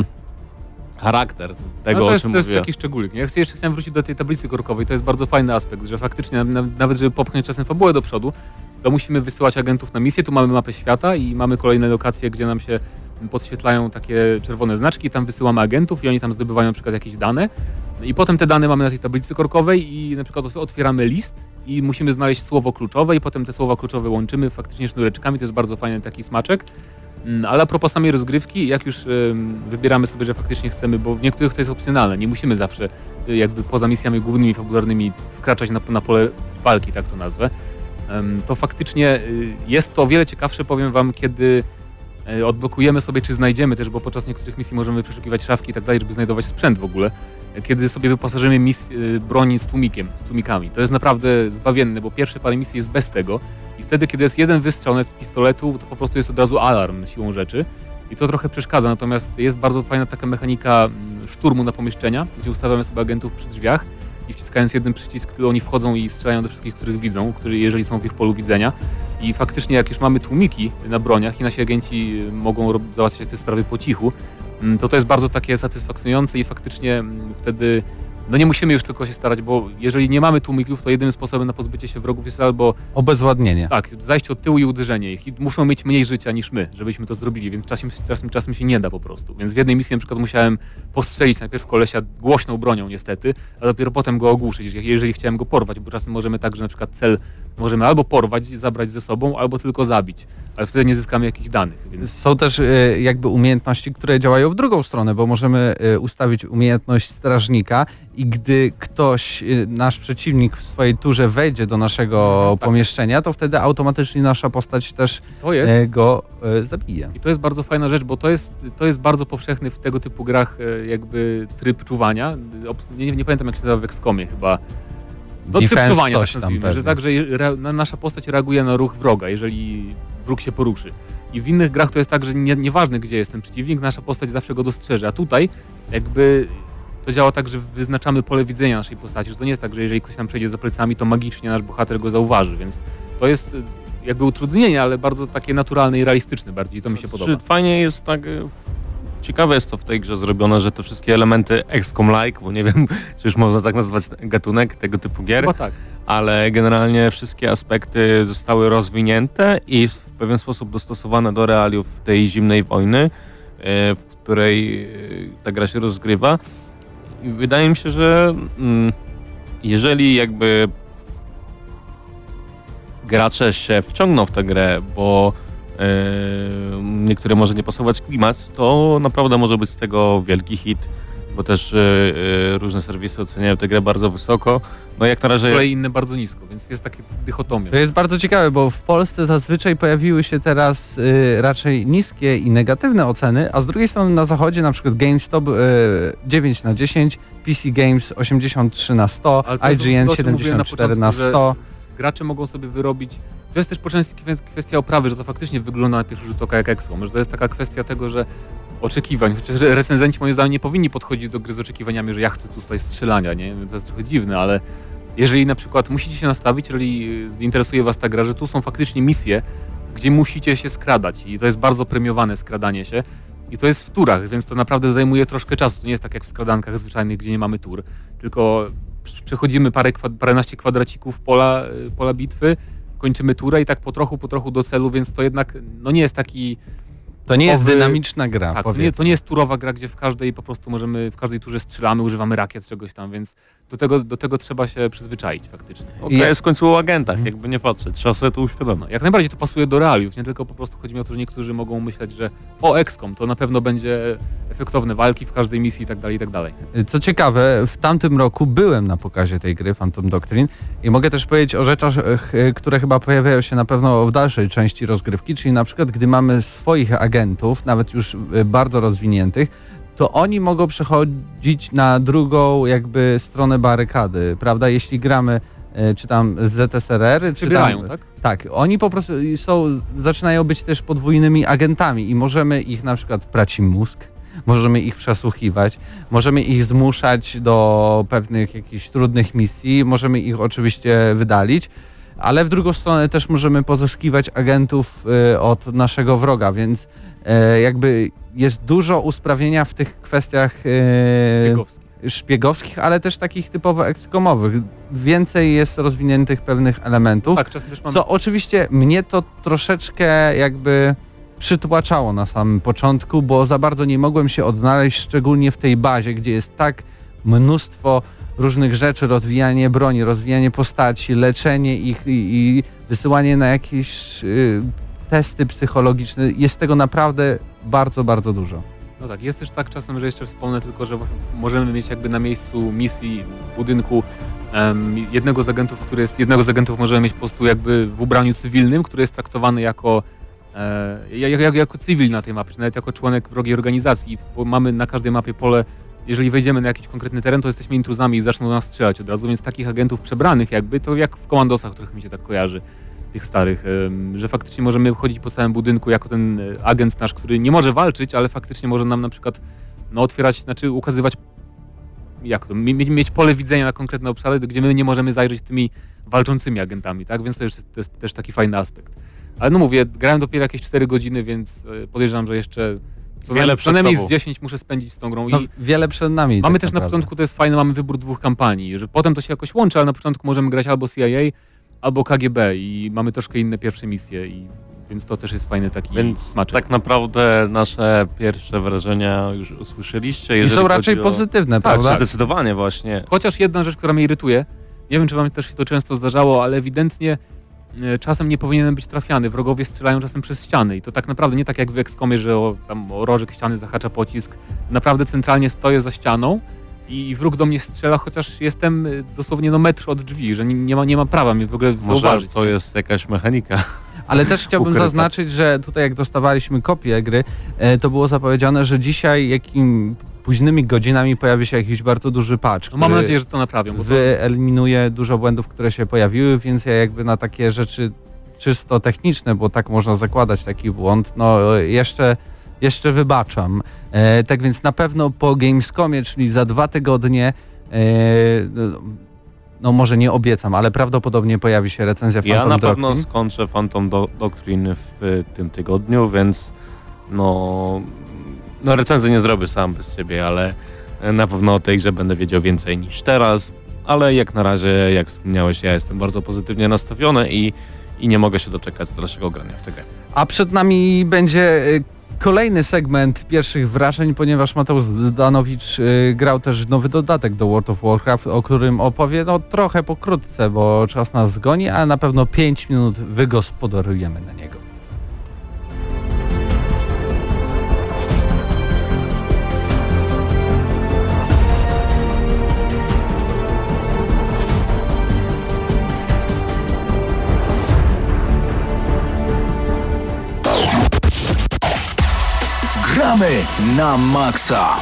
Speaker 5: charakter tego,
Speaker 6: no to
Speaker 5: o
Speaker 6: jest,
Speaker 5: czym
Speaker 6: to jest
Speaker 5: mówiła.
Speaker 6: taki szczególik. Ja chcę, jeszcze chciałem wrócić do tej tablicy korkowej, to jest bardzo fajny aspekt, że faktycznie na, nawet żeby popchnąć czasem fabułę do przodu, to musimy wysyłać agentów na misję, tu mamy mapę świata i mamy kolejne lokacje, gdzie nam się podświetlają takie czerwone znaczki, tam wysyłamy agentów i oni tam zdobywają na przykład jakieś dane i potem te dane mamy na tej tablicy korkowej i na przykład otwieramy list i musimy znaleźć słowo kluczowe i potem te słowa kluczowe łączymy faktycznie sznureczkami, to jest bardzo fajny taki smaczek. Ale a propos samej rozgrywki, jak już ym, wybieramy sobie, że faktycznie chcemy, bo w niektórych to jest opcjonalne, nie musimy zawsze y, jakby poza misjami głównymi, fabularnymi wkraczać na, na pole walki, tak to nazwę, ym, to faktycznie y, jest to o wiele ciekawsze, powiem wam, kiedy y, odblokujemy sobie, czy znajdziemy też, bo podczas niektórych misji możemy przeszukiwać szafki i tak dalej, żeby znajdować sprzęt w ogóle, y, kiedy sobie wyposażymy mis, y, broni z tłumikiem, z tłumikami. To jest naprawdę zbawienne, bo pierwsze parę misji jest bez tego. I wtedy, kiedy jest jeden wystrzał z pistoletu, to po prostu jest od razu alarm siłą rzeczy i to trochę przeszkadza, natomiast jest bardzo fajna taka mechanika szturmu na pomieszczenia, gdzie ustawiamy sobie agentów przy drzwiach i wciskając jeden przycisk, to oni wchodzą i strzelają do wszystkich, których widzą, którzy, jeżeli są w ich polu widzenia. I faktycznie jak już mamy tłumiki na broniach i nasi agenci mogą rob- załatwiać te sprawy po cichu, to to jest bardzo takie satysfakcjonujące i faktycznie wtedy no nie musimy już tylko się starać, bo jeżeli nie mamy tłumików, to jedynym sposobem na pozbycie się wrogów jest albo
Speaker 4: Obezwładnienie.
Speaker 6: tak, zajście od tyłu i uderzenie ich. I muszą mieć mniej życia niż my, żebyśmy to zrobili, więc czasem, czasem, czasem się nie da po prostu. Więc w jednej misji na przykład musiałem postrzelić najpierw kolesia głośną bronią niestety, a dopiero potem go ogłuszyć, jeżeli chciałem go porwać, bo czasem możemy tak, że na przykład cel możemy albo porwać, zabrać ze sobą, albo tylko zabić, ale wtedy nie zyskamy jakichś danych. Więc...
Speaker 4: Są też y, jakby umiejętności, które działają w drugą stronę, bo możemy y, ustawić umiejętność strażnika i gdy ktoś, y, nasz przeciwnik w swojej turze wejdzie do naszego
Speaker 6: tak.
Speaker 4: pomieszczenia, to wtedy automatycznie nasza postać też
Speaker 6: To jest...
Speaker 4: y, go y, zabije.
Speaker 6: I to jest bardzo fajna rzecz, bo to jest, to jest bardzo powszechny w tego typu grach e, jakby tryb czuwania. Obs- Nie, nie pamiętam jak się nazywa w Excomie chyba. No tryb
Speaker 4: Defense
Speaker 6: czuwania, tak
Speaker 4: coś tam
Speaker 6: nazwijmy, że
Speaker 4: pewnie.
Speaker 6: tak, że je- re, na, nasza postać reaguje na ruch wroga, jeżeli wróg się poruszy. I w innych grach to jest tak, że nie, nieważne gdzie jest ten przeciwnik, nasza postać zawsze go dostrzeże, a tutaj jakby to działa tak, że wyznaczamy pole widzenia naszej postaci, że to nie jest tak, że jeżeli ktoś nam przejdzie za plecami, to magicznie nasz bohater go zauważy, więc to jest jakby utrudnienie, ale bardzo takie naturalne i realistyczne bardziej, to mi się podoba.
Speaker 5: Czy fajnie jest tak, e, ciekawe jest to w tej grze zrobione, że te wszystkie elementy XCOM-like, bo nie wiem, czy już można tak nazwać gatunek tego typu gier,
Speaker 6: Chyba tak.
Speaker 5: ale generalnie wszystkie aspekty zostały rozwinięte i w pewien sposób dostosowane do realiów tej zimnej wojny, e, w której e, ta gra się rozgrywa. I wydaje mi się, że mm, jeżeli jakby gracze się wciągną w tę grę, bo e, niektóre może nie pasować klimat, to naprawdę może być z tego wielki hit, bo też e, e, różne serwisy oceniają tę grę bardzo wysoko. No jak na
Speaker 6: Z
Speaker 5: razie...
Speaker 6: kolei inne bardzo nisko, więc jest takie dychotomia.
Speaker 4: To jest bardzo ciekawe, bo w Polsce zazwyczaj pojawiły się teraz y, raczej niskie i negatywne oceny, a z drugiej strony na zachodzie na przykład GameStop y, dziewięć na dziesięć, P C Games osiemdziesiąt trzy na sto,
Speaker 6: Ale to jest to,
Speaker 4: I G N
Speaker 6: o czym mówiłem
Speaker 4: siedemdziesiąt cztery na
Speaker 6: początku,
Speaker 4: sto.
Speaker 6: że gracze mogą sobie wyrobić... To jest też po części kwestia oprawy, że to faktycznie wygląda na pierwszy rzut oka jak Excom, że to jest taka kwestia tego, że oczekiwań, chociaż recenzenci moim zdaniem nie powinni podchodzić do gry z oczekiwaniami, że ja chcę tutaj strzelania, nie? To jest trochę dziwne, ale jeżeli na przykład musicie się nastawić, jeżeli interesuje was ta gra, że tu są faktycznie misje, gdzie musicie się skradać i to jest bardzo premiowane skradanie się i to jest w turach, więc to naprawdę zajmuje troszkę czasu. To nie jest tak jak w skradankach zwyczajnych, gdzie nie mamy tur, tylko przechodzimy parę, paręnaście kwadracików pola, pola bitwy, kończymy turę i tak po trochu, po trochu do celu, więc to jednak no nie jest taki...
Speaker 4: To nie jest
Speaker 6: typowy-
Speaker 4: dynamiczna gra,
Speaker 6: Tak, to nie,
Speaker 4: powiedzmy.
Speaker 6: to nie jest turowa gra, gdzie w każdej po prostu możemy, w każdej turze strzelamy, używamy rakiet, czegoś tam, więc do tego, do tego trzeba się przyzwyczaić faktycznie.
Speaker 5: Okej,
Speaker 4: Ja-
Speaker 5: jest w końcu o agentach, jakby nie patrzeć, trzeba sobie to uświadomić.
Speaker 6: No, jak najbardziej to pasuje do realiów, nie tylko po prostu chodzi mi o to, że niektórzy mogą myśleć, że o Excom to na pewno będzie efektowne walki w każdej misji i tak dalej, i tak dalej.
Speaker 4: Co ciekawe, w tamtym roku byłem na pokazie tej gry Phantom Doctrine i mogę też powiedzieć o rzeczach, e, które chyba pojawiają się na pewno w dalszej części rozgrywki, czyli na przykład gdy mamy swoich agentów, nawet już e, bardzo rozwiniętych, to oni mogą przechodzić na drugą jakby stronę barykady, prawda? Jeśli gramy e, czy tam z Z S R R, czy
Speaker 6: Przybierają,
Speaker 4: tam,
Speaker 6: tak?
Speaker 4: Tak, oni po prostu są, zaczynają być też podwójnymi agentami i możemy ich na przykład prać im mózg, możemy ich przesłuchiwać, możemy ich zmuszać do pewnych jakichś trudnych misji, możemy ich oczywiście wydalić, ale w drugą stronę też możemy pozyskiwać agentów y, od naszego wroga, więc y, jakby jest dużo usprawnienia w tych kwestiach y,
Speaker 6: Szpiegowskich.
Speaker 4: szpiegowskich, ale też takich typowo ekskomowych. Więcej jest rozwiniętych pewnych elementów,
Speaker 6: Tak, czasem też mamy...
Speaker 4: co oczywiście mnie to troszeczkę jakby przytłaczało na samym początku, bo za bardzo nie mogłem się odnaleźć, szczególnie w tej bazie, gdzie jest tak mnóstwo różnych rzeczy, rozwijanie broni, rozwijanie postaci, leczenie ich i, i wysyłanie na jakieś y, testy psychologiczne. Jest tego naprawdę bardzo, bardzo dużo.
Speaker 6: No tak, jest też tak czasem, że jeszcze wspomnę tylko, że możemy mieć jakby na miejscu misji w budynku um, jednego z agentów, który jest, jednego z agentów możemy mieć po prostu jakby w ubraniu cywilnym, który jest traktowany jako e, jak, jak, jako cywil na tej mapie, czy nawet jako członek wrogiej organizacji, bo mamy na każdej mapie pole, jeżeli wejdziemy na jakiś konkretny teren, to jesteśmy intruzami i zaczną do nas strzelać od razu, więc takich agentów przebranych jakby, to jak w komandosach trochę mi się tak kojarzy, tych starych, że faktycznie możemy chodzić po całym budynku jako ten agent nasz, który nie może walczyć, ale faktycznie może nam na przykład no, otwierać, znaczy ukazywać, jak to, mieć, mieć pole widzenia na konkretne obszary, gdzie my nie możemy zajrzeć tymi walczącymi agentami, tak? Więc to jest, to jest też taki fajny aspekt. Ale no mówię, grałem dopiero jakieś cztery godziny, więc podejrzewam, że jeszcze co
Speaker 5: Wiele
Speaker 6: co najmniej
Speaker 5: przed
Speaker 6: z dziesięć muszę spędzić z tą grą.
Speaker 4: No,
Speaker 6: I
Speaker 4: wiele przed nami.
Speaker 6: mamy
Speaker 4: tak
Speaker 6: też na
Speaker 4: naprawdę.
Speaker 6: początku, to jest fajne, mamy wybór dwóch kampanii, że potem to się jakoś łączy, ale na początku możemy grać albo C I A, albo K G B i mamy troszkę inne pierwsze misje, i więc to też jest fajny taki
Speaker 5: Więc
Speaker 6: smaczek.
Speaker 5: tak naprawdę nasze pierwsze wrażenia już usłyszeliście.
Speaker 4: I
Speaker 5: jeżeli
Speaker 4: są raczej
Speaker 5: chodzi o...
Speaker 4: pozytywne,
Speaker 5: Tak,
Speaker 4: prawda?
Speaker 5: zdecydowanie właśnie.
Speaker 6: Chociaż jedna rzecz, która mnie irytuje, nie wiem, czy wam też się to często zdarzało, ale ewidentnie e, czasem nie powinienem być trafiany. Wrogowie strzelają czasem przez ściany i to tak naprawdę nie tak jak w Excomie, że o, tam o rożek ściany zahacza pocisk. Naprawdę centralnie stoję za ścianą i wróg do mnie strzela, chociaż jestem e, dosłownie no metr od drzwi, że nie, nie, ma, nie ma prawa mnie w ogóle
Speaker 5: Może
Speaker 6: zauważyć.
Speaker 5: to jest jakaś mechanika.
Speaker 4: Ale też chciałbym
Speaker 5: Ukryta.
Speaker 4: zaznaczyć, że tutaj jak dostawaliśmy kopię gry, e, to było zapowiedziane, że dzisiaj jakim późnymi godzinami pojawi się jakiś bardzo duży patch,
Speaker 6: No mam
Speaker 4: który
Speaker 6: nadzieję, że to naprawią, bo to...
Speaker 4: wyeliminuje dużo błędów, które się pojawiły, więc ja jakby na takie rzeczy czysto techniczne, bo tak można zakładać taki błąd, no jeszcze, jeszcze wybaczam. E, tak więc na pewno po Gamescomie, czyli za dwa tygodnie, e, no może nie obiecam, ale prawdopodobnie pojawi się recenzja Phantom
Speaker 5: Ja na pewno
Speaker 4: Doctrine.
Speaker 5: skończę Phantom Do- Doctrine w tym tygodniu, więc no, no recenzję nie zrobię sam bez siebie, ale na pewno o tej grze będę wiedział więcej niż teraz, ale jak na razie, jak wspomniałeś, ja jestem bardzo pozytywnie nastawiony i, i nie mogę się doczekać dalszego grania w tę grę.
Speaker 4: A przed nami będzie y, kolejny segment pierwszych wrażeń, ponieważ Mateusz Zdanowicz y, grał też w nowy dodatek do World of Warcraft, o którym opowie no trochę pokrótce, bo czas nas zgoni, ale na pewno pięć minut wygospodarujemy na niego.
Speaker 2: Gramy na maksa.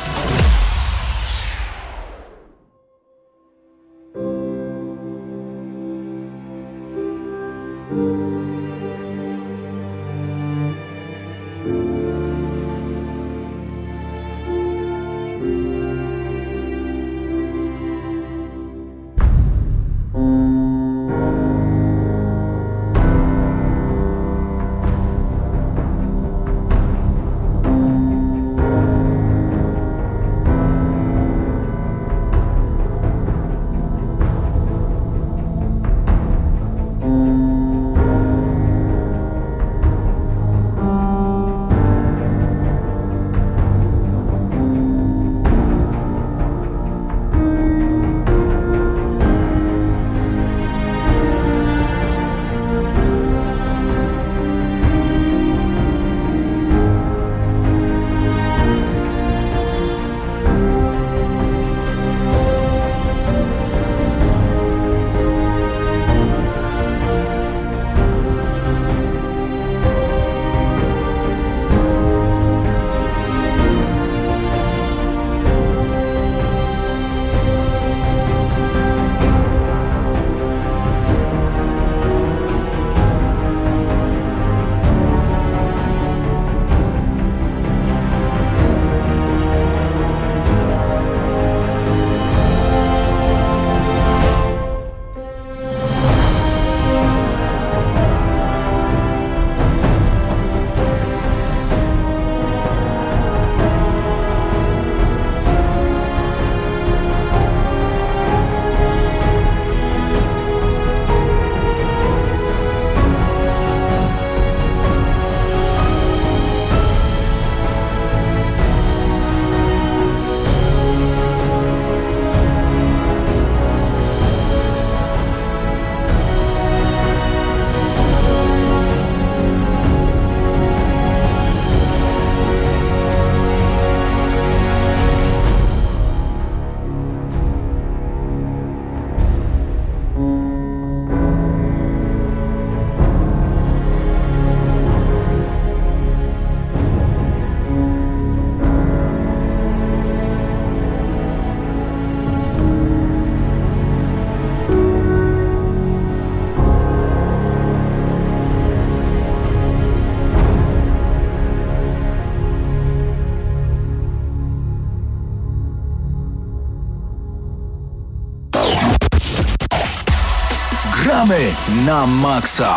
Speaker 2: Gramy na maksa!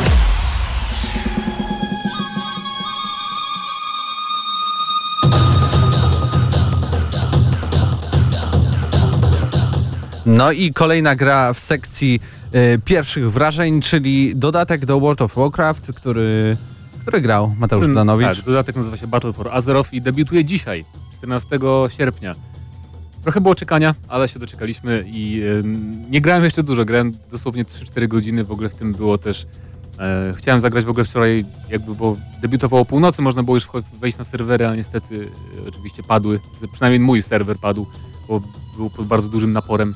Speaker 4: No i kolejna gra w sekcji y, pierwszych wrażeń, czyli dodatek do World of Warcraft, który, który grał Mateusz Zdanowicz.
Speaker 6: Tak, dodatek nazywa się Battle for Azeroth i debiutuje dzisiaj, czternastego sierpnia. Trochę było czekania, ale się doczekaliśmy i y, nie grałem jeszcze dużo, grałem dosłownie trzy cztery godziny, w ogóle w tym było też... E, chciałem zagrać w ogóle wczoraj, jakby bo debiutowało o północy, można było już wejść na serwery, ale niestety e, oczywiście padły, przynajmniej mój serwer padł, bo był pod bardzo dużym naporem.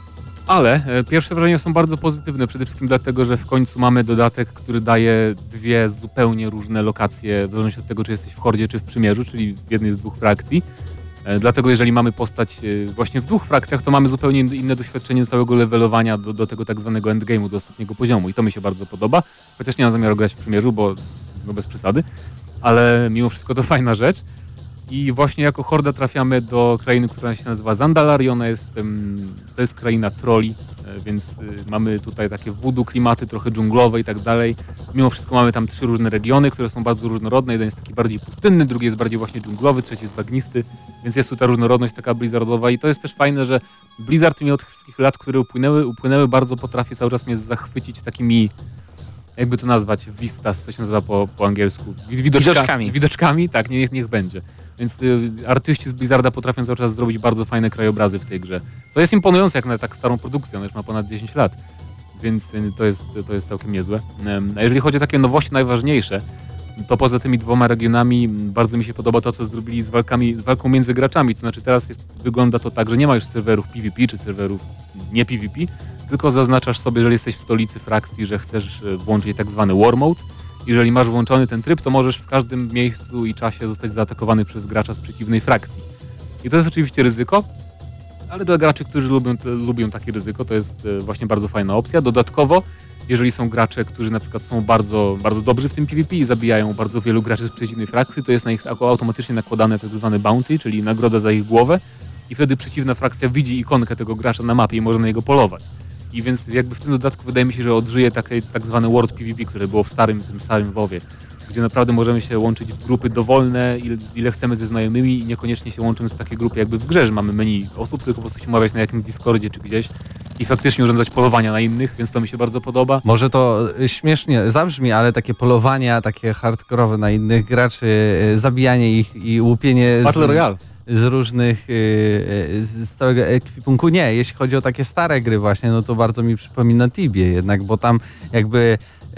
Speaker 6: Ale e, pierwsze wrażenia są bardzo pozytywne, przede wszystkim dlatego, że w końcu mamy dodatek, który daje dwie zupełnie różne lokacje, w zależności od tego, czy jesteś w Hordzie, czy w Przymierzu, czyli w jednej z dwóch frakcji. E, dlatego jeżeli mamy postać e, właśnie w dwóch frakcjach, to mamy zupełnie inne doświadczenie z całego levelowania do, do tego tak zwanego endgame'u, do ostatniego poziomu i to mi się bardzo podoba, chociaż nie mam zamiaru grać w Przymierzu, bo no bez przesady, ale mimo wszystko to fajna rzecz. I właśnie jako Horda trafiamy do krainy, która się nazywa Zandalari, ona jest, to jest kraina trolli, więc mamy tutaj takie voodoo klimaty, trochę dżunglowe i tak dalej. Mimo wszystko mamy tam trzy różne regiony, które są bardzo różnorodne. Jeden jest taki bardziej pustynny, drugi jest bardziej właśnie dżunglowy, trzeci jest bagnisty, więc jest tu ta różnorodność taka blizzardowa i to jest też fajne, że Blizzard mimo tych wszystkich lat, które upłynęły, upłynęły bardzo potrafi cały czas mnie zachwycić takimi, jakby to nazwać, vistas, to się nazywa po, po angielsku, widoczka,
Speaker 1: Widoczkami.
Speaker 6: Widoczkami, tak, niech, niech będzie. Więc y, artyści z Blizzarda potrafią cały czas zrobić bardzo fajne krajobrazy w tej grze. Co jest imponujące jak na tak starą produkcję, ona już ma ponad dziesięć lat. Więc y, to, jest, to jest całkiem niezłe. Ym, a jeżeli chodzi o takie nowości najważniejsze, to poza tymi dwoma regionami bardzo mi się podoba to, co zrobili z walkami, z walką między graczami. To znaczy teraz jest, wygląda to tak, że nie ma już serwerów PvP czy serwerów nie PvP, tylko zaznaczasz sobie, że jesteś w stolicy frakcji, że chcesz włączyć tak zwany War Mode. Jeżeli masz włączony ten tryb, to możesz w każdym miejscu i czasie zostać zaatakowany przez gracza z przeciwnej frakcji. I to jest oczywiście ryzyko, ale dla graczy, którzy lubią, lubią takie ryzyko, to jest właśnie bardzo fajna opcja. Dodatkowo, jeżeli są gracze, którzy na przykład są bardzo, bardzo dobrzy w tym PvP i zabijają bardzo wielu graczy z przeciwnej frakcji, to jest na ich automatycznie nakładane tak zwane bounty, czyli nagroda za ich głowę i wtedy przeciwna frakcja widzi ikonkę tego gracza na mapie i może na niego polować. I więc jakby w tym dodatku wydaje mi się, że odżyje takie tak zwane World PvP, które było w starym, tym starym WoWie, gdzie naprawdę możemy się łączyć w grupy dowolne, ile, ile chcemy ze znajomymi i niekoniecznie się łączymy w takie grupy jakby w grze, że mamy menu osób, tylko po prostu się umawiać na jakimś Discordzie czy gdzieś i faktycznie urządzać polowania na innych, więc to mi się bardzo podoba.
Speaker 4: Może to śmiesznie zabrzmi, ale takie polowania, takie hardkorowe na innych graczy, zabijanie ich i łupienie
Speaker 6: Battle
Speaker 4: z,
Speaker 6: Royale.
Speaker 4: z różnych, z całego ekwipunku. Nie, jeśli chodzi o takie stare gry właśnie, no to bardzo mi przypomina Tibie jednak, bo tam jakby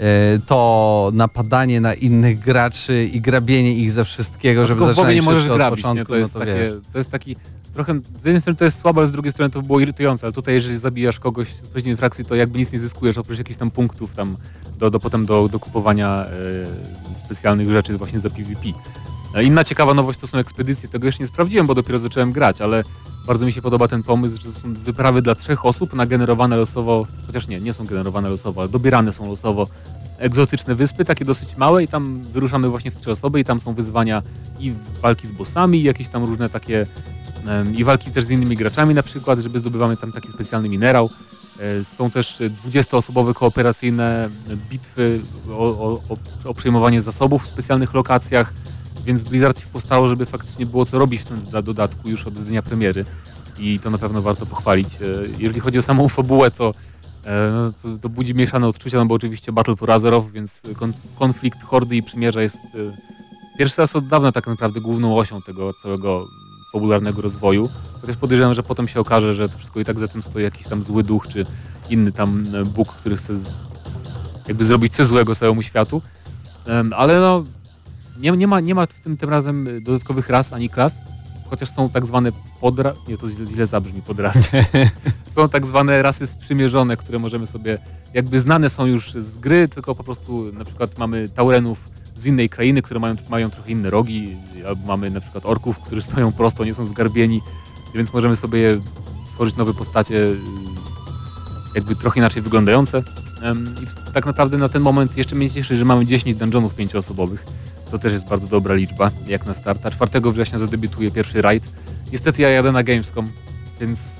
Speaker 4: to napadanie na innych graczy i grabienie ich ze wszystkiego,
Speaker 6: no,
Speaker 4: żeby
Speaker 6: tylko w WoWie nie możesz
Speaker 4: od
Speaker 6: grabić,
Speaker 4: początku,
Speaker 6: nie? To, jest
Speaker 4: no to,
Speaker 6: takie, to jest taki trochę, z jednej strony to jest słabe, ale z drugiej strony to było irytujące, ale tutaj jeżeli zabijasz kogoś z przeciwnej frakcji, to jakby nic nie zyskujesz oprócz jakichś tam punktów tam do, do potem do, do kupowania e, specjalnych rzeczy właśnie za PvP. Inna ciekawa nowość to są ekspedycje, tego jeszcze nie sprawdziłem, bo dopiero zacząłem grać, ale bardzo mi się podoba ten pomysł, że to są wyprawy dla trzech osób nagenerowane losowo, chociaż nie, nie są generowane losowo, ale dobierane są losowo egzotyczne wyspy, takie dosyć małe i tam wyruszamy właśnie w trzy osoby i tam są wyzwania i walki z bossami, i jakieś tam różne takie um, i walki też z innymi graczami na przykład, żeby zdobywamy tam taki specjalny minerał. Są też dwudziestoosobowe kooperacyjne bitwy o, o, o przejmowanie zasobów w specjalnych lokacjach, więc Blizzard się postało, żeby faktycznie było co robić w tym dodatku już od dnia premiery i to na pewno warto pochwalić. Jeżeli chodzi o samą fabułę, to, no, to, to budzi mieszane odczucia, no bo oczywiście Battle for Azeroth, więc konflikt Hordy i Przymierza jest pierwszy raz od dawna tak naprawdę główną osią tego całego fabularnego rozwoju. Chociaż podejrzewam, że potem się okaże, że to wszystko i tak za tym stoi jakiś tam zły duch, czy inny tam Bóg, który chce z, jakby zrobić coś złego całemu światu. Ale no Nie, nie, ma, nie ma tym, tym razem dodatkowych ras ani klas, chociaż są tak zwane podra... Nie, to źle, źle zabrzmi, podrasy. Są tak zwane rasy sprzymierzone, które możemy sobie... Jakby znane są już z gry, tylko po prostu na przykład mamy Taurenów z innej krainy, które mają, mają trochę inne rogi, albo mamy na przykład orków, którzy stoją prosto, nie są zgarbieni, więc możemy sobie stworzyć nowe postacie jakby trochę inaczej wyglądające. I tak naprawdę na ten moment jeszcze mnie cieszy, że mamy dziesięć dungeonów pięcioosobowych. To też jest bardzo dobra liczba, jak na start. A czwartego września zadebiutuje pierwszy raid. Niestety ja jadę na Gamescom, więc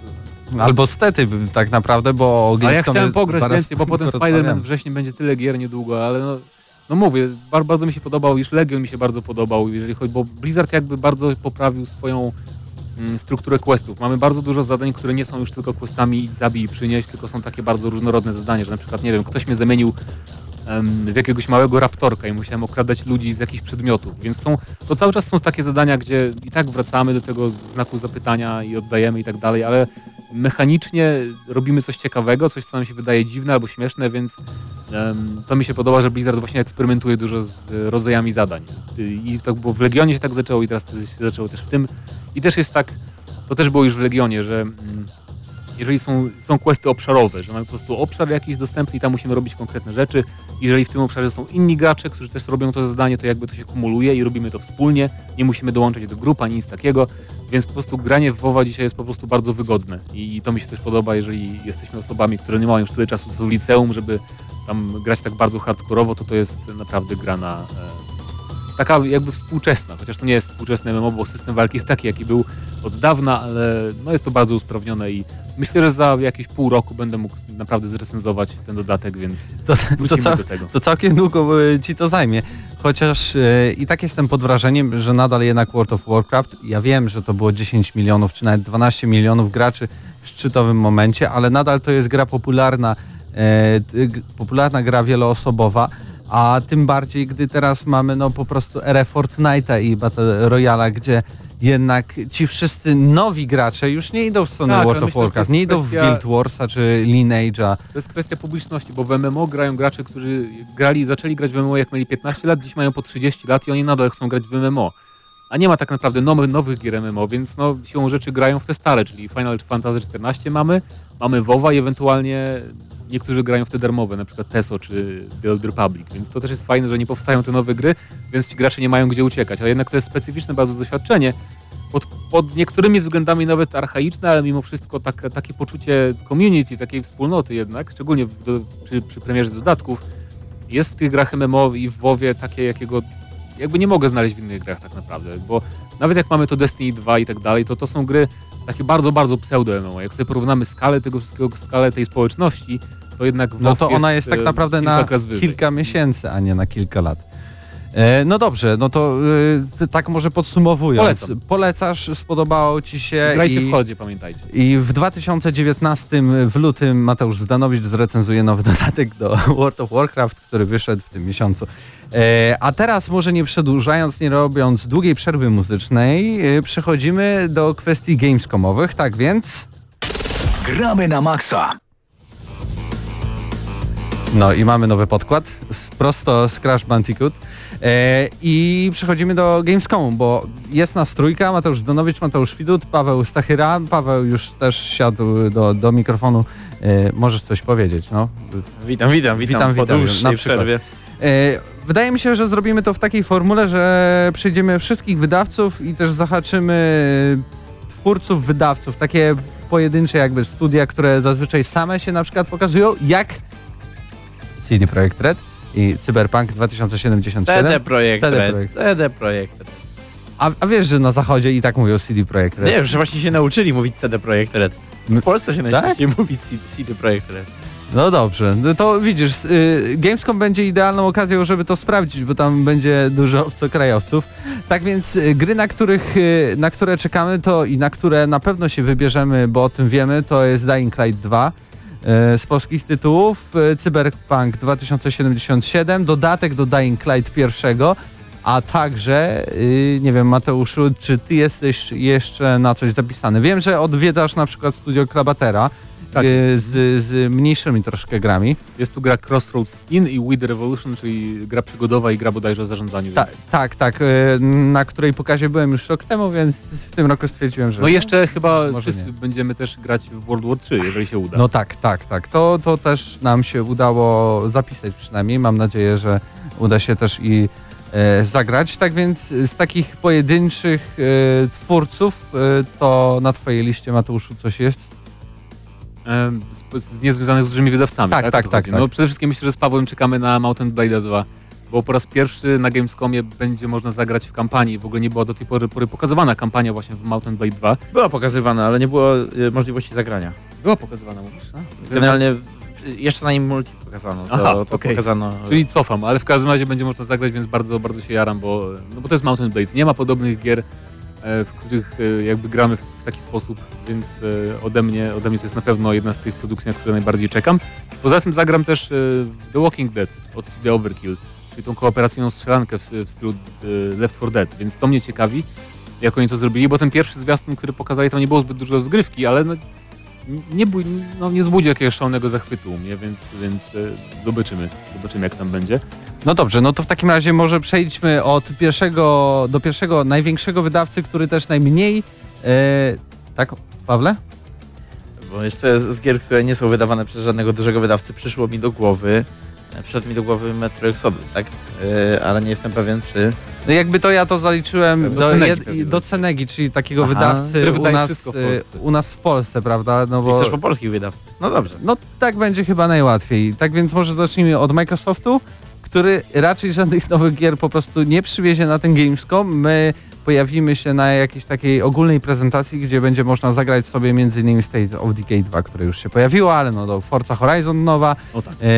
Speaker 4: Albo stety tak naprawdę, bo o
Speaker 6: A ja
Speaker 4: Gamescomie
Speaker 6: chciałem pograć
Speaker 4: zaraz
Speaker 6: więcej, bo potem
Speaker 4: porozmawiamy.
Speaker 6: Spider-Man wrześniu będzie tyle gier niedługo, ale no, no mówię, bardzo, bardzo mi się podobał, już Legion mi się bardzo podobał, jeżeli chodzi, bo Blizzard jakby bardzo poprawił swoją mm, strukturę questów. Mamy bardzo dużo zadań, które nie są już tylko questami zabij i przynieść, tylko są takie bardzo różnorodne zadania, że na przykład, nie wiem, ktoś mnie zamienił em, w jakiegoś małego raptorka i musiałem okradać ludzi z jakichś przedmiotów, więc są, to cały czas są takie zadania, gdzie i tak wracamy do tego znaku zapytania i oddajemy i tak dalej, ale mechanicznie robimy coś ciekawego, coś co nam się wydaje dziwne albo śmieszne, więc um, to mi się podoba, że Blizzard właśnie eksperymentuje dużo z rodzajami zadań. I tak było w Legionie się tak zaczęło i teraz to się zaczęło też w tym. I też jest tak, to też było już w Legionie, że mm, jeżeli są, są questy obszarowe, że mamy po prostu obszar jakiś dostępny i tam musimy robić konkretne rzeczy, jeżeli w tym obszarze są inni gracze, którzy też robią to zadanie, to jakby to się kumuluje i robimy to wspólnie, nie musimy dołączać do grup ani nic takiego, więc po prostu granie w WoWa dzisiaj jest po prostu bardzo wygodne i to mi się też podoba, jeżeli jesteśmy osobami, które nie mają już tyle czasu co w liceum, żeby tam grać tak bardzo hardkorowo, to to jest naprawdę gra na... E, taka jakby współczesna, chociaż to nie jest współczesne M M O, bo system walki jest taki, jaki był od dawna, ale no jest to bardzo usprawnione i myślę, że za jakieś pół roku będę mógł naprawdę zrecenzować ten dodatek, więc
Speaker 4: To,
Speaker 6: wrócimy
Speaker 4: to,
Speaker 6: do tego.
Speaker 4: to całkiem długo y, ci to zajmie. Chociaż y, i tak jestem pod wrażeniem, że nadal jednak World of Warcraft, ja wiem, że to było dziesięć milionów czy nawet dwanaście milionów graczy w szczytowym momencie, ale nadal to jest gra popularna, y, g, popularna gra wieloosobowa, a tym bardziej, gdy teraz mamy no po prostu erę Fortnite'a i Battle Royale'a, gdzie jednak ci wszyscy nowi gracze już nie idą w stronę
Speaker 6: Tak,
Speaker 4: World
Speaker 6: ale
Speaker 4: of
Speaker 6: myślę, że to
Speaker 4: Warcraft,
Speaker 6: jest
Speaker 4: nie idą
Speaker 6: kwestia-
Speaker 4: w Guild Warsa czy Lineage'a.
Speaker 6: To jest kwestia publiczności, bo w M M O grają gracze, którzy grali, zaczęli grać w M M O jak mieli piętnaście lat, dziś mają po trzydzieści lat i oni nadal chcą grać w M M O. A nie ma tak naprawdę nowych, nowych gier M M O, więc no siłą rzeczy grają w te stare, czyli Final Fantasy czternaście mamy, mamy WoWa i ewentualnie niektórzy grają w te darmowe, na przykład Teso czy The Old Republic, więc to też jest fajne, że nie powstają te nowe gry, więc ci gracze nie mają gdzie uciekać, ale jednak to jest specyficzne bardzo doświadczenie, pod, pod niektórymi względami nawet archaiczne, ale mimo wszystko tak, takie poczucie community, takiej wspólnoty jednak, szczególnie w, do, przy, przy premierze dodatków, jest w tych grach M M O i w WoWie takie, jakiego jakby nie mogę znaleźć w innych grach tak naprawdę, bo nawet jak mamy to Destiny dwa i tak dalej, to to są gry takie bardzo, bardzo pseudo M M O. Jak sobie porównamy skalę tego wszystkiego, skalę tej społeczności, to jednak WoW
Speaker 4: No to ona jest tak
Speaker 6: e,
Speaker 4: naprawdę
Speaker 6: kilka
Speaker 4: na
Speaker 6: klas wyżej.
Speaker 4: kilka miesięcy, a nie na kilka lat. E, no dobrze, no to e, tak może podsumowując.
Speaker 6: Polecam.
Speaker 4: Polecasz, spodobało ci się
Speaker 6: Grajcie
Speaker 4: i,
Speaker 6: w chodzie, pamiętajcie.
Speaker 4: i w dwa tysiące dziewiętnastym w lutym Mateusz Zdanowicz zrecenzuje nowy dodatek do World of Warcraft, który wyszedł w tym miesiącu. E, a teraz może nie przedłużając, nie robiąc długiej przerwy muzycznej, e, przechodzimy do kwestii gamescomowych, tak więc...
Speaker 2: Gramy na maksa.
Speaker 4: No i mamy nowy podkład, z, prosto z Crash Bandicoot. E, I przechodzimy do Gamescomu, bo jest nas trójka, Mateusz Zdanowicz, Mateusz Widut, Paweł Stachyra. Paweł już też siadł do, do mikrofonu. E, możesz coś powiedzieć, no?
Speaker 7: Witam, witam, witam,
Speaker 4: Witam,
Speaker 7: po
Speaker 4: witam,
Speaker 7: dłuższej
Speaker 4: na przykład.
Speaker 7: przerwie.
Speaker 4: E, wydaje mi się, że zrobimy to w takiej formule, że przejdziemy wszystkich wydawców i też zahaczymy twórców, wydawców, takie pojedyncze jakby studia, które zazwyczaj same się na przykład pokazują, jak C D Projekt Red i Cyberpunk dwa tysiące siedemdziesiąt siedem.
Speaker 7: C D Projekt
Speaker 4: C D
Speaker 7: Red,
Speaker 4: Projekt.
Speaker 7: C D Projekt Red.
Speaker 4: A, a wiesz, że na zachodzie i tak mówią C D Projekt Red.
Speaker 7: Nie wiem, że właśnie się nauczyli mówić C D Projekt Red.
Speaker 4: My-
Speaker 7: W Polsce się
Speaker 4: Tak?
Speaker 7: najczęściej mówi C D Projekt Red.
Speaker 4: No dobrze, no to widzisz, y, Gamescom będzie idealną okazją, żeby to sprawdzić, bo tam będzie dużo obcokrajowców. Tak więc y, gry, na których, y, na które czekamy to i na które na pewno się wybierzemy, bo o tym wiemy, to jest Dying Light dwa. y, Z polskich tytułów, y, Cyberpunk dwa tysiące siedemdziesiąt siedem, dodatek do Dying Light pierwszego, a także, y, nie wiem Mateuszu, czy ty jesteś jeszcze na coś zapisany? Wiem, że odwiedzasz na przykład studio Krabatera,
Speaker 6: Tak.
Speaker 4: y, z, z mniejszymi troszkę grami.
Speaker 6: Jest tu gra Crossroads In i We The Revolution, czyli gra przygodowa i gra bodajże o zarządzaniu.
Speaker 4: Ta,
Speaker 6: więc...
Speaker 4: tak, tak, y, na której pokazie byłem już rok temu, więc w tym roku stwierdziłem, że...
Speaker 6: No i jeszcze chyba
Speaker 4: może
Speaker 6: wszyscy
Speaker 4: nie.
Speaker 6: będziemy też grać w World War trzy, jeżeli się uda.
Speaker 4: No tak, tak, tak. To, to też nam się udało zapisać przynajmniej. Mam nadzieję, że uda się też i e, zagrać. Tak więc z takich pojedynczych e, twórców e, to na twojej liście, Mateuszu, coś jest?
Speaker 6: Em, z, z niezwiązanych z dużymi wydawcami.
Speaker 4: Tak,
Speaker 6: Tak,
Speaker 4: tak,
Speaker 6: O to
Speaker 4: tak,
Speaker 6: chodzi.
Speaker 4: tak.
Speaker 6: No przede wszystkim myślę, że z Pawłem czekamy na Mountain Blade dwa, bo po raz pierwszy na Gamescomie będzie można zagrać w kampanii. W ogóle nie była do tej pory, pory pokazywana kampania właśnie w Mount and Blade dwa.
Speaker 7: Była pokazywana, ale nie było y, możliwości zagrania.
Speaker 6: Była pokazywana, mówisz? A?
Speaker 7: Generalnie y, jeszcze zanim multi pokazano, to,
Speaker 6: Aha,
Speaker 7: to
Speaker 6: okej.
Speaker 7: pokazano...
Speaker 6: Czyli cofam, ale w każdym razie będzie można zagrać, więc bardzo, bardzo się jaram, bo, no bo to jest Mount and Blade. Nie ma podobnych gier, e, w których e, jakby gramy w, w taki sposób, więc e, ode mnie, ode mnie to jest na pewno jedna z tych produkcji, na które najbardziej czekam. Poza tym zagram też e, w The Walking Dead od studia Overkill, czyli tą kooperacyjną strzelankę w, w stylu e, Left four Dead, więc to mnie ciekawi, jak oni to zrobili, bo ten pierwszy zwiastun, który pokazali, tam nie było zbyt dużo rozgrywki, ale no, nie, bój, no, nie zbudzi jakiegoś szalonego zachwytu u mnie, więc, więc e, zobaczymy, zobaczymy jak tam będzie.
Speaker 4: No dobrze, no to w takim razie może przejdźmy od pierwszego do pierwszego największego wydawcy, który też najmniej... E, tak, Pawle?
Speaker 7: Bo jeszcze z, z gier, które nie są wydawane przez żadnego dużego wydawcy, przyszło mi do głowy, e, przyszedł mi do głowy Metro Exodus, tak? E, ale nie jestem pewien, czy...
Speaker 4: No jakby to ja to zaliczyłem
Speaker 6: Do
Speaker 4: do,
Speaker 6: Cenegi
Speaker 4: jed,
Speaker 6: pewnie
Speaker 4: do Cenegi, czyli takiego
Speaker 7: Aha,
Speaker 4: wydawcy
Speaker 6: który
Speaker 4: u
Speaker 6: wydaje
Speaker 4: nas,
Speaker 6: wszystko w
Speaker 4: e,
Speaker 6: Polsce.
Speaker 4: u nas w Polsce, prawda? No
Speaker 7: Bo...
Speaker 4: bo
Speaker 7: Chcesz po polskich wydawców. No dobrze.
Speaker 4: no tak będzie chyba najłatwiej. Tak więc może zacznijmy od Microsoftu, który raczej żadnych nowych gier po prostu nie przywiezie na ten Gamescom. My pojawimy się na jakiejś takiej ogólnej prezentacji, gdzie będzie można zagrać sobie między innymi State of Decay dwa, które już się pojawiło, ale no do Forza Horizon nowa.
Speaker 6: O tak.
Speaker 4: E,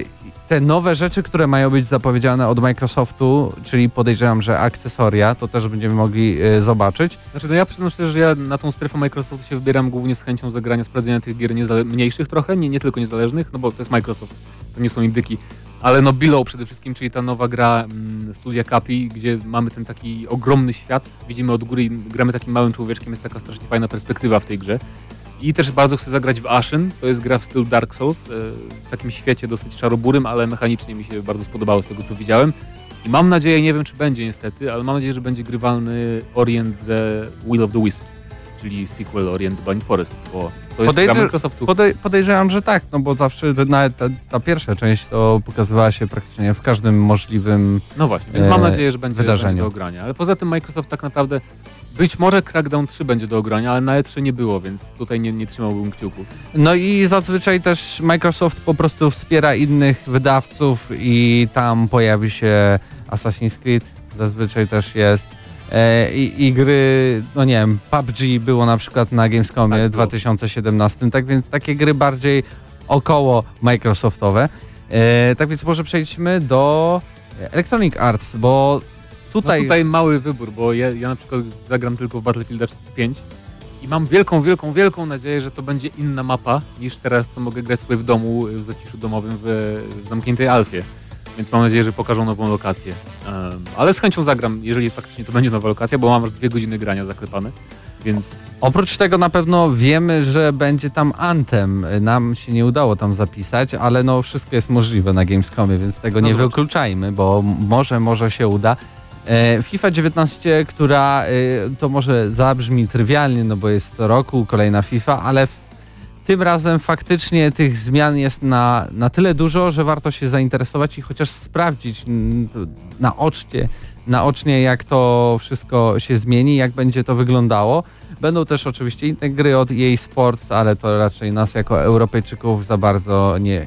Speaker 4: te nowe rzeczy, które mają być zapowiedziane od Microsoftu, czyli podejrzewam, że akcesoria, to też będziemy mogli e, zobaczyć.
Speaker 6: Znaczy no ja przyznam szczerze, że ja na tą strefę Microsoftu się wybieram głównie z chęcią zagrania, sprawdzenia tych gier niezale- mniejszych trochę, nie, nie tylko niezależnych, no bo to jest Microsoft, to nie są indyki. Ale no Below przede wszystkim, czyli ta nowa gra mm, studia Capi, gdzie mamy ten taki ogromny świat, widzimy od góry i gramy takim małym człowieczkiem, jest taka strasznie fajna perspektywa w tej grze. I też bardzo chcę zagrać w Ashen, to jest gra w stylu Dark Souls, e, w takim świecie dosyć szaroburym, ale mechanicznie mi się bardzo spodobało z tego co widziałem. I mam nadzieję, nie wiem czy będzie niestety, ale mam nadzieję, że będzie grywalny Orient the Will of the Wisps, czyli sequel Orient the Blind Forest, bo to jest
Speaker 4: Podejrze-
Speaker 6: gra Microsoftu.
Speaker 4: Podej- podejrzewam, że tak, no bo zawsze nawet ta, ta pierwsza część to pokazywała się praktycznie w każdym możliwym...
Speaker 6: No właśnie, więc mam
Speaker 4: e,
Speaker 6: nadzieję, że będzie,
Speaker 4: wydarzeniu.
Speaker 6: będzie do ogrania. Ale poza tym Microsoft tak naprawdę, być może Crackdown trzy będzie do ogrania, ale na E trzy nie było, więc tutaj nie, nie trzymałbym kciuków.
Speaker 4: No i zazwyczaj też Microsoft po prostu wspiera innych wydawców i tam pojawi się Assassin's Creed, zazwyczaj też jest. E, i, I gry, no nie wiem, P U B G było na przykład na Gamescomie
Speaker 6: Tak,
Speaker 4: w
Speaker 6: było.
Speaker 4: dwa tysiące siedemnastym, tak więc takie gry bardziej około Microsoftowe. E, tak więc może przejdźmy do Electronic Arts, bo tutaj...
Speaker 6: No tutaj mały wybór, bo ja, ja na przykład zagram tylko w Battlefield pięć i mam wielką, wielką, wielką nadzieję, że to będzie inna mapa niż teraz, co mogę grać sobie w domu, w zaciszu domowym, w, w zamkniętej alfie. Więc mam nadzieję, że pokażą nową lokację. Um, ale z chęcią zagram, jeżeli faktycznie to będzie nowa lokacja, bo mam aż dwie godziny grania zaklepane, więc...
Speaker 4: Oprócz tego na pewno wiemy, że będzie tam Anthem. Nam się nie udało tam zapisać, ale no wszystko jest możliwe na Gamescomie, więc tego
Speaker 6: No
Speaker 4: nie
Speaker 6: zobacz.
Speaker 4: wykluczajmy, bo może, może się uda. E, FIFA dziewiętnaście, która e, to może zabrzmi trywialnie, no bo jest co roku kolejna FIFA, ale w, tym razem faktycznie tych zmian jest na, na tyle dużo, że warto się zainteresować i chociaż sprawdzić mm, naocznie, naocznie jak to wszystko się zmieni, jak będzie to wyglądało. Będą też oczywiście inne gry od E A Sports, ale to raczej nas jako Europejczyków za bardzo nie,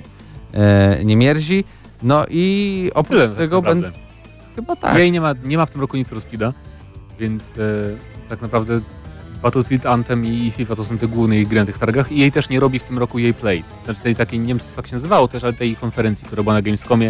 Speaker 4: e, nie mierzi. No i oprócz
Speaker 6: Tyle,
Speaker 4: tego
Speaker 6: tak
Speaker 4: będę...
Speaker 6: naprawdę.
Speaker 4: Chyba tak.
Speaker 6: Jej nie ma, nie ma w tym roku Need for Speeda, więc e, tak naprawdę Battlefield, Anthem i FIFA to są te główne jej gry na tych targach i jej też nie robi w tym roku E A Play. Znaczy tej takiej, nie wiem czy to tak się nazywało też, ale tej konferencji, która była na Gamescomie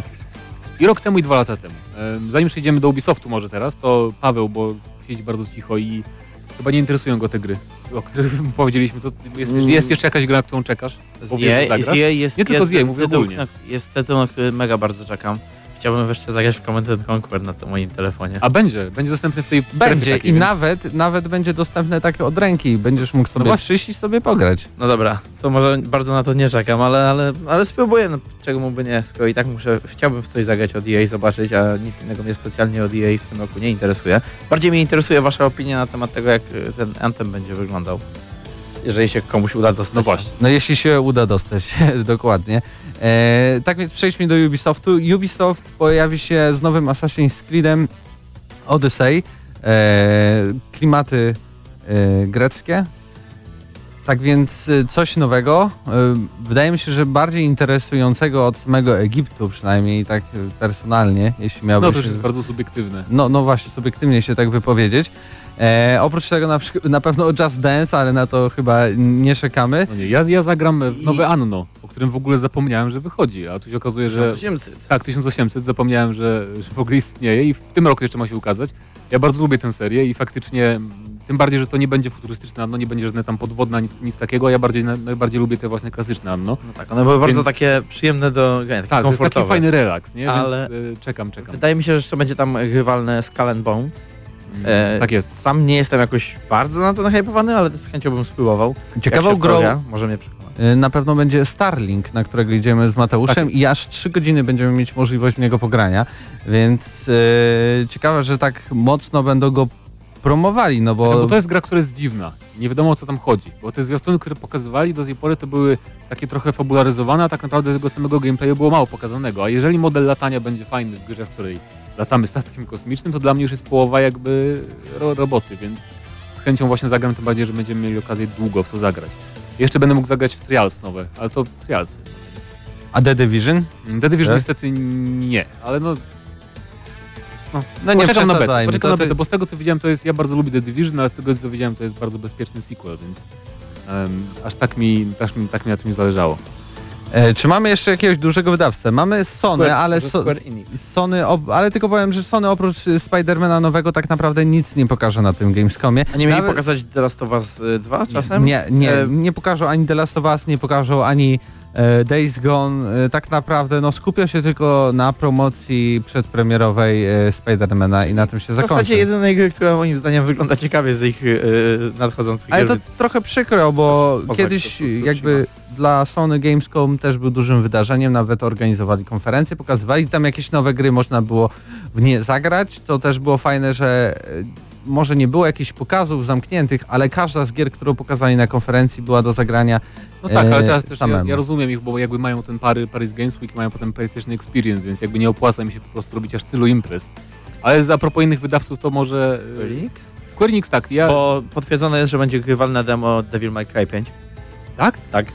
Speaker 6: i rok temu i dwa lata temu. E, zanim przejdziemy do Ubisoftu może teraz, to Paweł, bo siedzi bardzo cicho i chyba nie interesują go te gry, o których powiedzieliśmy. To jest, jest jeszcze jakaś gra, na którą czekasz? Bo
Speaker 7: Z
Speaker 6: wiesz, że
Speaker 7: E A,
Speaker 6: zagrasz?
Speaker 7: z E A jest,
Speaker 6: Nie tylko
Speaker 7: jest
Speaker 6: z E A, mówię
Speaker 7: tytuł,
Speaker 6: ogólnie.
Speaker 7: na- Jest tytuł, na który mega bardzo czekam. Chciałbym wreszcie zagrać w Command and Conquer na tym moim telefonie.
Speaker 6: A będzie, będzie dostępny w tej strefie
Speaker 4: Będzie
Speaker 6: takiej,
Speaker 4: i
Speaker 6: więc-
Speaker 4: nawet, nawet będzie dostępne takie od ręki. Będziesz mógł sobie
Speaker 6: właśnie.
Speaker 4: przyjść i sobie pograć.
Speaker 7: No dobra, to może bardzo na to nie czekam, ale, ale, ale spróbuję, no czego mógłby nie, skoro i tak muszę, chciałbym w coś zagrać od E A, zobaczyć, a nic innego mnie specjalnie od E A w tym roku nie interesuje. Bardziej mnie interesuje wasza opinia na temat tego, jak y, ten Anthem będzie wyglądał. Jeżeli się komuś uda dostać.
Speaker 6: No właśnie.
Speaker 4: No jeśli się uda dostać, dokładnie. E, tak więc przejdźmy do Ubisoftu. Ubisoft pojawi się z nowym Assassin's Creedem Odyssey. E, klimaty e, greckie. Tak więc y, coś nowego, y, wydaje mi się, że bardziej interesującego od samego Egiptu, przynajmniej tak y, personalnie, jeśli miałbym
Speaker 6: No to już
Speaker 4: się...
Speaker 6: jest bardzo subiektywne.
Speaker 4: No, no właśnie, subiektywnie się tak wypowiedzieć. E, oprócz tego na, przykład, na pewno Just Dance, ale na to chyba nie czekamy.
Speaker 6: No nie, ja, ja zagram w
Speaker 7: I-
Speaker 6: nowe Anno, o którym w ogóle zapomniałem, że wychodzi, a tu się okazuje, że...
Speaker 7: osiemset.
Speaker 6: Tak, tysiąc osiemset, zapomniałem, że, że w ogóle istnieje i w tym roku jeszcze ma się ukazać. Ja bardzo lubię tę serię i faktycznie, tym bardziej, że to nie będzie futurystyczne Anno, nie będzie żadne tam podwodne, nic, nic takiego, ja bardziej, najbardziej lubię te właśnie klasyczne Anno.
Speaker 7: No tak, one były bardzo
Speaker 6: Więc-
Speaker 7: takie przyjemne do grania, takie
Speaker 6: Tak, to jest taki
Speaker 7: komfortowe.
Speaker 6: fajny relaks, nie?
Speaker 7: Ale-
Speaker 6: Więc y, czekam, czekam.
Speaker 7: Wydaje mi się, że jeszcze będzie tam grywalne Skull and Bones. E,
Speaker 6: tak jest.
Speaker 7: Sam nie jestem jakoś bardzo na to nahypowany, ale z chęcią bym spróbował.
Speaker 4: Ciekawą
Speaker 7: Jak się
Speaker 4: grą
Speaker 7: wprawia, może mnie przekonać.
Speaker 4: y, na pewno będzie Starlink, na którego idziemy z Mateuszem
Speaker 6: Tak.
Speaker 4: i aż trzy godziny będziemy mieć możliwość w niego pogrania, więc y, ciekawe, że tak mocno będą go promowali, no bo...
Speaker 6: Bo... bo to jest gra, która jest dziwna. Nie wiadomo, o co tam chodzi. Bo te zwiastuny, które pokazywali do tej pory, to były takie trochę fabularyzowane, a tak naprawdę tego samego gameplayu było mało pokazanego. A jeżeli model latania będzie fajny w grze, w której latamy statkiem kosmicznym, to dla mnie już jest połowa jakby ro roboty, więc z chęcią właśnie zagram, tym bardziej, że będziemy mieli okazję długo w to zagrać. Jeszcze będę mógł zagrać w Trials nowe, ale to Trials.
Speaker 4: A The Division?
Speaker 6: The Division
Speaker 4: Tak?
Speaker 6: niestety nie, ale no... No,
Speaker 4: No nie
Speaker 6: poczekam na betę,
Speaker 4: przesadzajmy,
Speaker 6: poczekam
Speaker 4: to
Speaker 6: na
Speaker 4: ty-
Speaker 6: betę, bo z tego co widziałem to jest, ja bardzo lubię The Division, ale z tego co widziałem to jest bardzo bezpieczny sequel, więc um, aż tak mi, tak, mi, tak mi na tym nie zależało.
Speaker 4: E, czy mamy jeszcze jakiegoś dużego wydawcę? Mamy Sony,
Speaker 7: Square-
Speaker 4: ale
Speaker 7: może
Speaker 4: so,
Speaker 7: Square Enix.
Speaker 4: Sony, ob, ale tylko powiem, że Sony oprócz y, Spidermana nowego tak naprawdę nic nie pokaże na tym Gamescomie.
Speaker 7: A nie mieli
Speaker 4: Nawet-
Speaker 7: pokazać The Last of Us dwa czasem?
Speaker 4: Nie, nie,
Speaker 7: E,
Speaker 4: nie pokażą ani The Last of Us, nie pokażą ani e, Days Gone. E, tak naprawdę no skupią się tylko na promocji przedpremierowej e, Spidermana i na tym się
Speaker 7: W
Speaker 4: zakończy.
Speaker 7: zasadzie jedynej gry, która moim zdaniem wygląda ciekawie z ich yy, nadchodzących
Speaker 4: Ale
Speaker 7: gier,
Speaker 4: to
Speaker 7: więc-
Speaker 4: trochę przykro, bo
Speaker 7: Poza
Speaker 4: kiedyś
Speaker 7: to po prostu
Speaker 4: jakby dla Sony Gamescom też był dużym wydarzeniem, nawet organizowali konferencje, pokazywali tam jakieś nowe gry, można było w nie zagrać. To też było fajne, że e, może nie było jakichś pokazów zamkniętych, ale każda z gier, którą pokazali na konferencji była do zagrania.
Speaker 6: No tak, ale teraz
Speaker 4: e,
Speaker 6: też ja,
Speaker 4: samemu.
Speaker 6: ja rozumiem ich, bo jakby mają ten Pary, Paris Games Week i mają potem PlayStation Experience, więc jakby nie opłaca mi się po prostu robić aż tylu imprez. Ale a propos innych wydawców to może... e,
Speaker 7: Square Enix?
Speaker 6: Square Enix tak, ja...
Speaker 7: Bo potwierdzone jest, że będzie grywalne demo Devil May Cry pięć.
Speaker 6: Tak?
Speaker 7: Tak.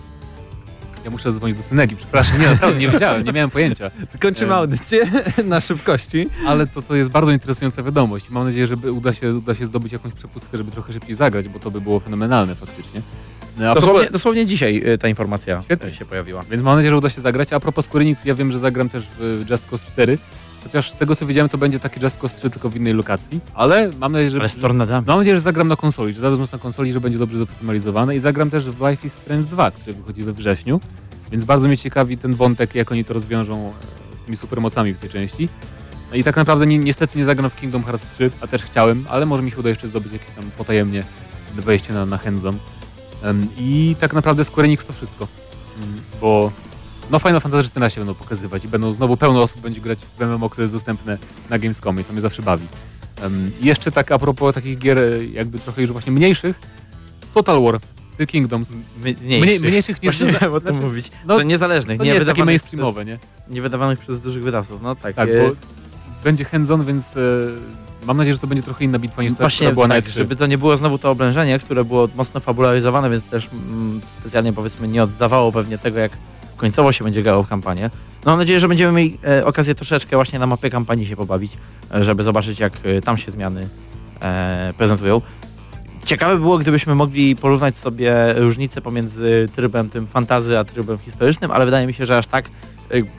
Speaker 6: Ja muszę dzwonić do Synegi, przepraszam, nie, naprawdę nie wiedziałem, nie miałem pojęcia.
Speaker 4: Kończymy
Speaker 6: Em.
Speaker 4: audycję na szybkości.
Speaker 6: Ale to, to jest bardzo interesująca wiadomość i mam nadzieję, że by uda się, uda się zdobyć jakąś przepustkę, żeby trochę szybciej zagrać, bo to by było fenomenalne faktycznie. No, a
Speaker 7: Dosłownie,
Speaker 6: propos,
Speaker 7: dosłownie dzisiaj y, ta informacja
Speaker 6: Świetnie.
Speaker 7: y, się pojawiła.
Speaker 6: więc mam nadzieję, że uda się zagrać. A propos Square Enix, ja wiem, że zagram też w Just Cause cztery, chociaż z tego co wiedziałem to będzie taki Just Cause trzy tylko w innej lokacji, ale mam nadzieję, że...
Speaker 7: Ale z tornadami.
Speaker 6: Mam nadzieję, że zagram na konsoli, że zadadzą na konsoli, że będzie dobrze zoptymalizowane i zagram też w Life is Strange dwa, który wychodzi we wrześniu, więc bardzo mnie ciekawi ten wątek, jak oni to rozwiążą e, z tymi supermocami w tej części. No i tak naprawdę ni niestety nie zagram w Kingdom Hearts trzy, a też chciałem, ale może mi się uda jeszcze zdobyć jakieś tam potajemnie wejście na, na hands-on. Um, I tak naprawdę Square Enix to wszystko, um, bo no Final Fantasy czternaście będą pokazywać i będą znowu pełno osób będzie grać w M M O, które jest dostępne na Gamescomie, to mnie zawsze bawi. Um, I jeszcze tak a propos takich gier e, jakby trochę już właśnie mniejszych, Total War, The Kingdoms.
Speaker 7: My,
Speaker 6: Mniej, mniejszych niż...
Speaker 7: Właśnie miałem o tym
Speaker 6: znaczy,
Speaker 7: mówić.
Speaker 6: no,
Speaker 7: to niezależnych,
Speaker 6: to
Speaker 7: nie,
Speaker 6: nie jest takie
Speaker 7: wydawanych
Speaker 6: mainstreamowe, nie?
Speaker 7: Przez, nie wydawanych przez dużych wydawców. No tak.
Speaker 6: Tak,
Speaker 7: e,
Speaker 6: bo będzie hands-on, więc e, mam nadzieję, że to będzie trochę inna bitwa niż ta,
Speaker 7: Właśnie
Speaker 6: która była na
Speaker 7: tak,
Speaker 6: E trzy.
Speaker 7: żeby to nie było znowu to oblężenie, które było mocno fabularyzowane, więc też mm, specjalnie powiedzmy nie oddawało pewnie tego, jak końcowo się będzie grało w kampanię. No mam nadzieję, że będziemy mieli e, okazję troszeczkę właśnie na mapie kampanii się pobawić, e, żeby zobaczyć jak e, tam się zmiany e, prezentują. Ciekawe było, gdybyśmy mogli porównać sobie różnice pomiędzy trybem tym fantasy a trybem historycznym, ale wydaje mi się, że aż tak e, e,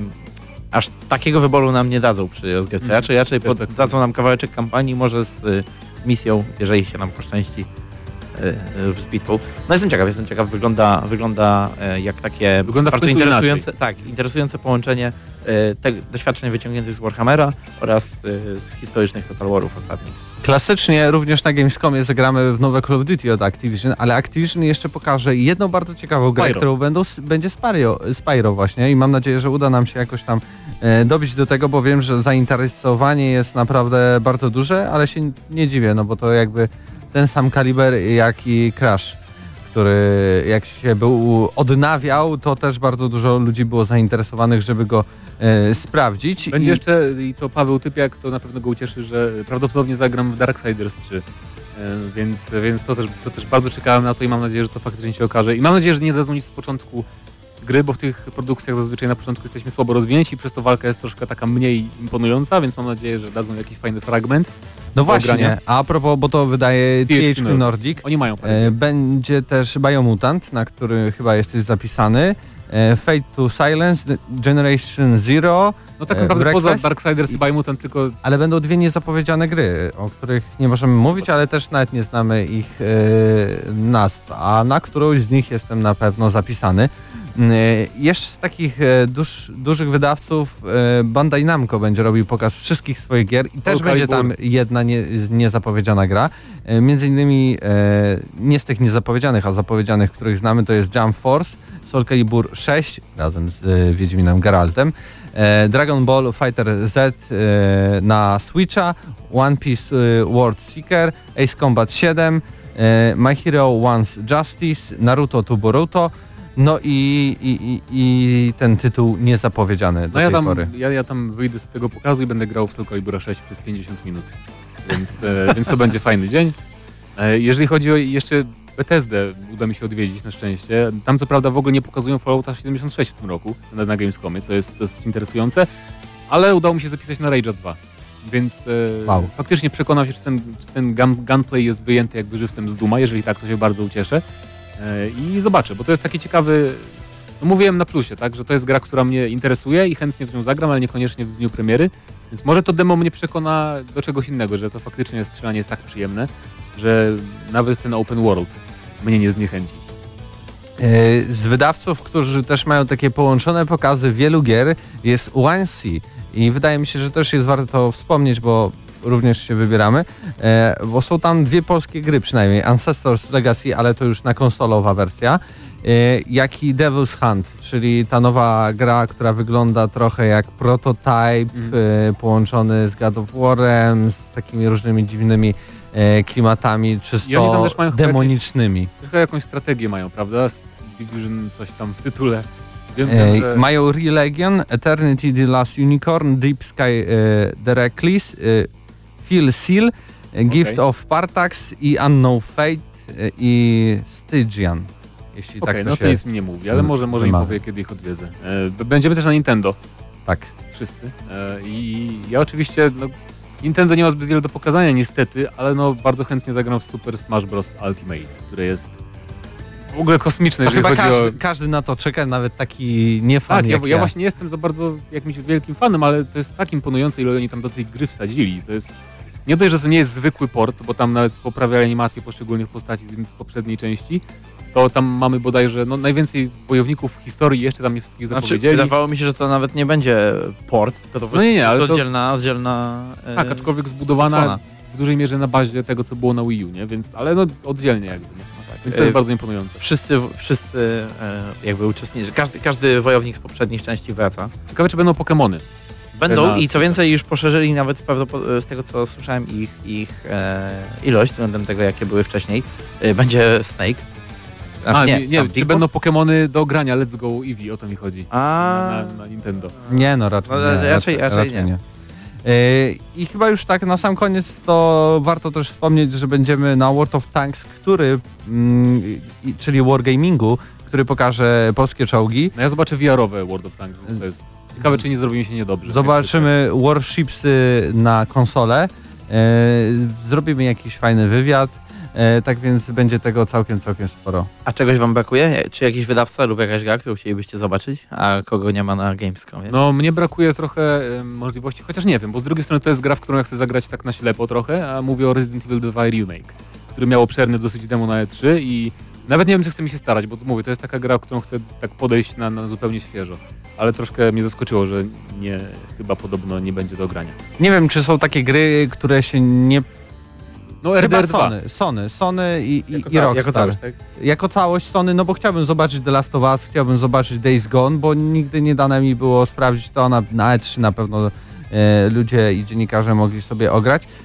Speaker 7: aż takiego wyboru nam nie dadzą przy rozgrywce.
Speaker 6: Mhm.
Speaker 7: Raczej, raczej
Speaker 6: Też tak
Speaker 7: dadzą nam kawałeczek kampanii, może z, y, z misją, jeżeli się nam poszczęści y, y, z bitwą. No jestem ciekaw, jestem ciekaw, wygląda, wygląda y, jak takie
Speaker 6: Wygląda w
Speaker 7: bardzo
Speaker 6: końcu
Speaker 7: interesujące, tak, interesujące połączenie y, te, doświadczeń wyciągniętych z Warhammera oraz y, z historycznych Total Warów ostatnich.
Speaker 4: Klasycznie również na Gamescomie zagramy w nowe Call of Duty od Activision, ale Activision jeszcze pokaże jedną bardzo ciekawą grę,
Speaker 6: Spyro.
Speaker 4: którą będą, będzie Spyro, Spyro właśnie i mam nadzieję, że uda nam się jakoś tam e, dobić do tego, bo wiem, że zainteresowanie jest naprawdę bardzo duże, ale się nie dziwię, no bo to jakby ten sam kaliber jak i Crash, który jak się był odnawiał, to też bardzo dużo ludzi było zainteresowanych, żeby go e, sprawdzić.
Speaker 6: Będzie
Speaker 4: I-
Speaker 6: jeszcze, i to Paweł Typiak, to na pewno go ucieszy, że prawdopodobnie zagram w Darksiders trzy. Więc, więc to, też, to też bardzo czekałem na to i mam nadzieję, że to faktycznie się okaże. I mam nadzieję, że nie dadzą nic z początku gry, bo w tych produkcjach zazwyczaj na początku jesteśmy słabo rozwinięci, przez to walka jest troszkę taka mniej imponująca, więc mam nadzieję, że dadzą jakiś fajny fragment.
Speaker 4: No właśnie,
Speaker 6: grania.
Speaker 4: a propos, bo to wydaje T H Q Nordic.
Speaker 6: Oni mają
Speaker 4: e, Będzie też Biomutant, na który chyba jesteś zapisany. E, Fate to Silence, Generation Zero.
Speaker 6: No tak naprawdę
Speaker 4: e,
Speaker 6: poza Darksiders i Biomutant tylko...
Speaker 4: Ale będą dwie niezapowiedziane gry, o których nie możemy mówić, ale też nawet nie znamy ich e, nazw, a na którąś z nich jestem na pewno zapisany. Jeszcze z takich e, duż, dużych wydawców e, Bandai Namco będzie robił pokaz wszystkich swoich gier i też będzie tam jedna nie, niezapowiedziana gra. E, między innymi e, nie z tych niezapowiedzianych, a zapowiedzianych, których znamy, to jest Jump Force, Soul Calibur sześć razem z e, Wiedźminem Geraltem, e, Dragon Ball Fighter Z e, na Switcha, One Piece e, World Seeker, Ace Combat siedem, e, My Hero One's Justice, Naruto to Boruto. No i, i, i, i ten tytuł niezapowiedziany do
Speaker 6: no ja
Speaker 4: tej
Speaker 6: tam,
Speaker 4: pory.
Speaker 6: Ja, ja tam wyjdę z tego pokazu i będę grał w Soul Calibura sześć przez pięćdziesiąt minut. Więc, e, więc to będzie fajny dzień. E, jeżeli chodzi o jeszcze Bethesdę, uda mi się odwiedzić na szczęście. Tam co prawda w ogóle nie pokazują Fallouta siedemdziesiąt sześć w tym roku na, na Gamescomie, co jest dosyć interesujące, ale udało mi się zapisać na Rage'a dwa. Więc e,
Speaker 4: wow.
Speaker 6: faktycznie przekonam się, czy ten, czy ten gun, gunplay jest wyjęty jakby żywcem z Duma. Jeżeli tak, to się bardzo ucieszę. I zobaczę, bo to jest taki ciekawy, no mówiłem na plusie, tak, że to jest gra, która mnie interesuje i chętnie w nią zagram, ale niekoniecznie w dniu premiery, więc może to demo mnie przekona do czegoś innego, że to faktycznie strzelanie jest tak przyjemne, że nawet ten open world mnie nie zniechęci.
Speaker 4: Z wydawców, którzy też mają takie połączone pokazy wielu gier, jest Y C i wydaje mi się, że też jest warto wspomnieć, bo również się wybieramy, e, bo są tam dwie polskie gry przynajmniej, Ancestors Legacy, ale to już na konsolowa wersja, e, jak i Devil's Hunt, czyli ta nowa gra, która wygląda trochę jak prototype, mm. e, połączony z God of War'em, z takimi różnymi dziwnymi e, klimatami czysto demonicznymi.
Speaker 6: Jakieś, tylko jakąś strategię mają, prawda? Division, coś tam w tytule. Wiem,
Speaker 4: e,
Speaker 6: że...
Speaker 4: Mają Re-Legion, Eternity the Last Unicorn, Deep Sky e, The Reckless, e, Phil Seal, Gift okay. of Partax i Unknown Fate i Stygian. Jeśli
Speaker 6: okay,
Speaker 4: tak to
Speaker 6: no
Speaker 4: się...
Speaker 6: to nic mi nie mówi, ale może, może im powie, kiedy ich odwiedzę. E, będziemy też na Nintendo.
Speaker 4: Tak.
Speaker 6: Wszyscy. E, I ja oczywiście, no, Nintendo nie ma zbyt wiele do pokazania niestety, ale no bardzo chętnie zagram w Super Smash Bros. Ultimate, które jest w ogóle kosmiczne, jeżeli chodzi
Speaker 4: każdy,
Speaker 6: o...
Speaker 4: każdy na to czeka, nawet taki nie fan
Speaker 6: Tak, ja,
Speaker 4: ja,
Speaker 6: ja właśnie nie jestem za bardzo jakimś wielkim fanem, ale to jest tak imponujące, ile oni tam do tej gry wsadzili. To jest... Nie dość, że to nie jest zwykły port, bo tam nawet poprawia animację poszczególnych postaci z poprzedniej części, to tam mamy bodajże no, najwięcej wojowników w historii, jeszcze tam nie wszystkich zapowiedzieli.
Speaker 7: Znaczy, wydawało mi się, że to nawet nie będzie port, tylko to
Speaker 6: no nie, nie, ale to
Speaker 7: oddzielna, oddzielna e...
Speaker 6: tak, aczkolwiek zbudowana odsłona. W dużej mierze na bazie tego, co było na Wii U, nie? Więc, ale no oddzielnie jakby. Nie? No tak, więc to jest e... bardzo imponujące.
Speaker 7: Wszyscy, wszyscy e, jakby uczestniczy, każdy, każdy wojownik z poprzednich części wraca.
Speaker 6: Ciekawe, czy będą Pokemony.
Speaker 7: Będą i co więcej już poszerzyli nawet z tego, co słyszałem, ich, ich e, ilość względem tego, jakie były wcześniej. E, będzie Snake.
Speaker 6: Znaczy, A, nie, nie czy będą Pokemony do grania Let's Go Eevee, o to mi chodzi.
Speaker 7: A...
Speaker 6: Na, na, na Nintendo.
Speaker 4: Nie no, raczej,
Speaker 7: no,
Speaker 4: nie,
Speaker 7: raczej,
Speaker 4: raczej,
Speaker 7: raczej,
Speaker 4: raczej
Speaker 7: nie.
Speaker 4: nie. Yy, I chyba już tak na sam koniec to warto też wspomnieć, że będziemy na World of Tanks, który, mm, czyli Wargamingu, który pokaże polskie czołgi.
Speaker 6: No ja zobaczę V R-owe World of Tanks, więc to jest ciekawe, czy nie zrobi mi się niedobrze.
Speaker 4: Zobaczymy Warshipsy na konsolę, yy, zrobimy jakiś fajny wywiad. E, tak więc będzie tego całkiem, całkiem sporo.
Speaker 7: A czegoś wam brakuje? Czy jakiś wydawca lub jakaś gra, którą chcielibyście zobaczyć, a kogo nie ma na Gamescomie?
Speaker 6: No mnie brakuje trochę e, możliwości, chociaż nie wiem, bo z drugiej strony to jest gra, w którą ja chcę zagrać tak na ślepo trochę, a mówię o Resident Evil dwa Remake, który miał obszerny dosyć demo na E trzy i nawet nie wiem, czy chce mi się starać, bo mówię, to jest taka gra, którą chcę tak podejść na, na zupełnie świeżo. Ale troszkę mnie zaskoczyło, że nie, chyba podobno nie będzie do grania.
Speaker 4: Nie wiem, czy są takie gry, które się nie...
Speaker 6: No R D R dwa.
Speaker 4: Sony, Sony, Sony i, i,
Speaker 6: jako
Speaker 4: i Rockstar.
Speaker 6: Jako całość, tak?
Speaker 4: Jako całość Sony, no bo chciałbym zobaczyć The Last of Us, chciałbym zobaczyć Days Gone, bo nigdy nie dane mi było sprawdzić to, na, na E trzy na pewno e, ludzie i dziennikarze mogli sobie ograć.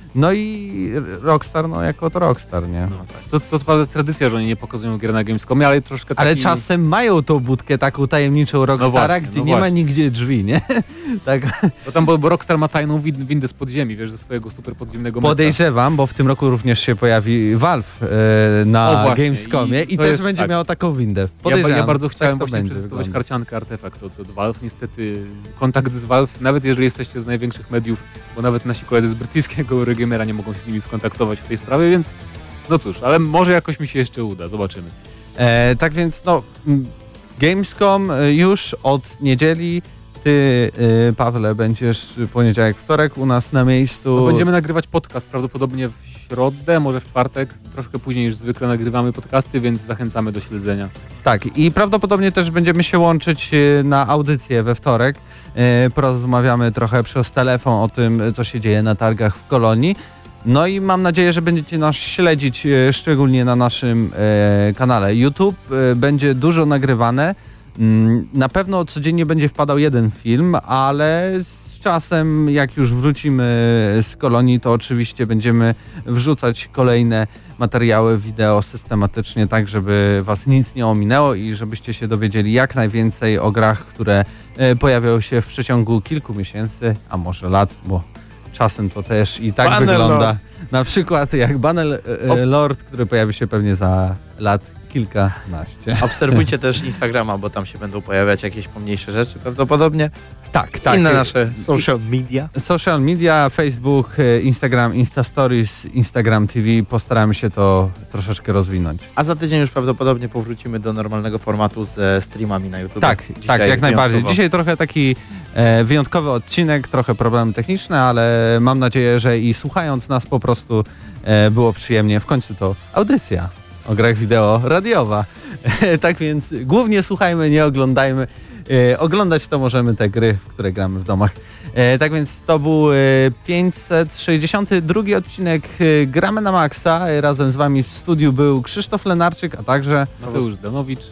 Speaker 4: No i Rockstar, no jako to Rockstar, nie?
Speaker 6: No, tak. To, to, to prawda tradycja, że oni nie pokazują gier na Gamescomie, ale troszkę taki...
Speaker 4: Ale czasem mają tą budkę taką tajemniczą Rockstara,
Speaker 6: właśnie,
Speaker 4: gdzie
Speaker 6: no
Speaker 4: nie ma
Speaker 6: właśnie.
Speaker 4: nigdzie drzwi, nie? Tak.
Speaker 6: Bo tam bo, bo Rockstar ma tajną win- windę z podziemi, wiesz, ze swojego super podziemnego metra.
Speaker 4: Podejrzewam, bo w tym roku również się pojawi Valve e, na
Speaker 6: O, właśnie.
Speaker 4: Gamescomie i,
Speaker 6: I to
Speaker 4: też
Speaker 6: jest-
Speaker 4: będzie
Speaker 6: tak.
Speaker 4: miał taką windę.
Speaker 6: Ja,
Speaker 4: Podejrzewam,
Speaker 6: ja bardzo chciałem
Speaker 4: tak to
Speaker 6: właśnie
Speaker 4: będzie
Speaker 6: przetestować
Speaker 4: wyglądać.
Speaker 6: karciankę Artefakt od, od Valve. Niestety kontakt z Valve, nawet jeżeli jesteście z największych mediów, bo nawet nasi koledzy z brytyjskiego Eurogamera nie mogą się z nimi skontaktować w tej sprawie, więc no cóż, ale może jakoś mi się jeszcze uda, zobaczymy.
Speaker 4: E, tak więc no, m, Gamescom e, już od niedzieli. Ty, e, Pawle, będziesz poniedziałek, wtorek u nas na miejscu.
Speaker 6: No, będziemy nagrywać podcast prawdopodobnie w środę, może w czwartek, troszkę później niż zwykle nagrywamy podcasty, więc zachęcamy do śledzenia.
Speaker 4: Tak, i prawdopodobnie też będziemy się łączyć e, na audycję we wtorek. E, porozmawiamy trochę przez telefon o tym, co się dzieje na targach w Kolonii. No i mam nadzieję, że będziecie nas śledzić, e, szczególnie na naszym e, kanale YouTube. E, będzie dużo nagrywane. Mm, Na pewno codziennie będzie wpadał jeden film, ale z czasem, jak już wrócimy z Kolonii, to oczywiście będziemy wrzucać kolejne materiały wideo systematycznie, tak żeby was nic nie ominęło i żebyście się dowiedzieli jak najwięcej o grach, które e, pojawiają się w przeciągu kilku miesięcy, a może lat, bo czasem to też i tak
Speaker 7: Banner
Speaker 4: wygląda.
Speaker 7: Lord.
Speaker 4: Na przykład jak Banner e, Lord, który pojawi się pewnie za lat kilkanaście.
Speaker 7: Obserwujcie też Instagrama, bo tam się będą pojawiać jakieś pomniejsze rzeczy prawdopodobnie.
Speaker 4: Tak, tak.
Speaker 7: Inne nasze social media.
Speaker 4: Social media, Facebook, e, Instagram, Insta Stories, Instagram T V, postaramy się to troszeczkę rozwinąć.
Speaker 7: A za tydzień już prawdopodobnie powrócimy do normalnego formatu ze streamami na YouTube.
Speaker 4: Tak,
Speaker 7: Dzisiaj
Speaker 4: tak, jak najbardziej.
Speaker 7: wyjątkowo.
Speaker 4: Dzisiaj trochę taki e, wyjątkowy odcinek, trochę problemy techniczne, ale mam nadzieję, że i słuchając nas po prostu e, było przyjemnie. W końcu to audycja o grach wideo radiowa. Tak więc głównie słuchajmy, nie oglądajmy. E, oglądać to możemy te gry, w które gramy w domach. E, tak więc to był e, pięćset sześćdziesiąty drugi odcinek e, Gramy na Maxa. E, razem z wami w studiu był Krzysztof Lenarczyk, a także
Speaker 6: Mateusz Zdanowicz.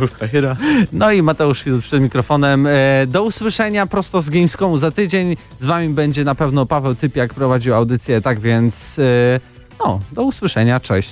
Speaker 4: no i Mateusz Widut przed mikrofonem. E, do usłyszenia prosto z Gamescomu za tydzień. Z wami będzie na pewno Paweł Typiak, prowadził audycję, tak więc e, no, do usłyszenia, cześć.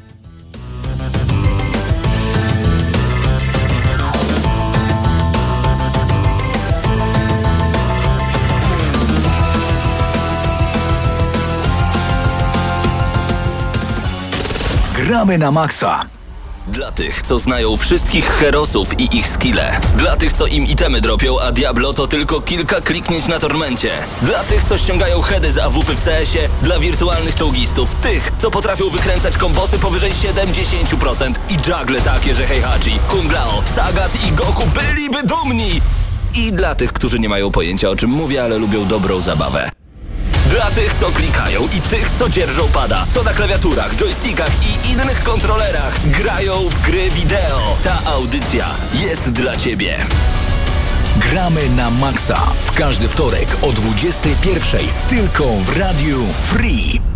Speaker 2: Gramy na maksa.
Speaker 1: Dla tych, co znają wszystkich herosów i ich skille. Dla tych, co im itemy dropią, a Diablo to tylko kilka kliknięć na tormencie. Dla tych, co ściągają heady z A W P w C S-ie. Dla wirtualnych czołgistów. Tych, co potrafią wykręcać kombosy powyżej siedemdziesiąt procent. I juggle takie, że Heihachi, Kung Lao, Sagat i Goku byliby dumni. I dla tych, którzy nie mają pojęcia o czym mówię, ale lubią dobrą zabawę. Dla tych, co klikają i tych, co dzierżą pada, co na klawiaturach, joystickach i innych kontrolerach grają w gry wideo. Ta audycja jest dla Ciebie.
Speaker 2: Gramy na maksa w każdy wtorek o dwudziestej pierwszej tylko w Radiu Free.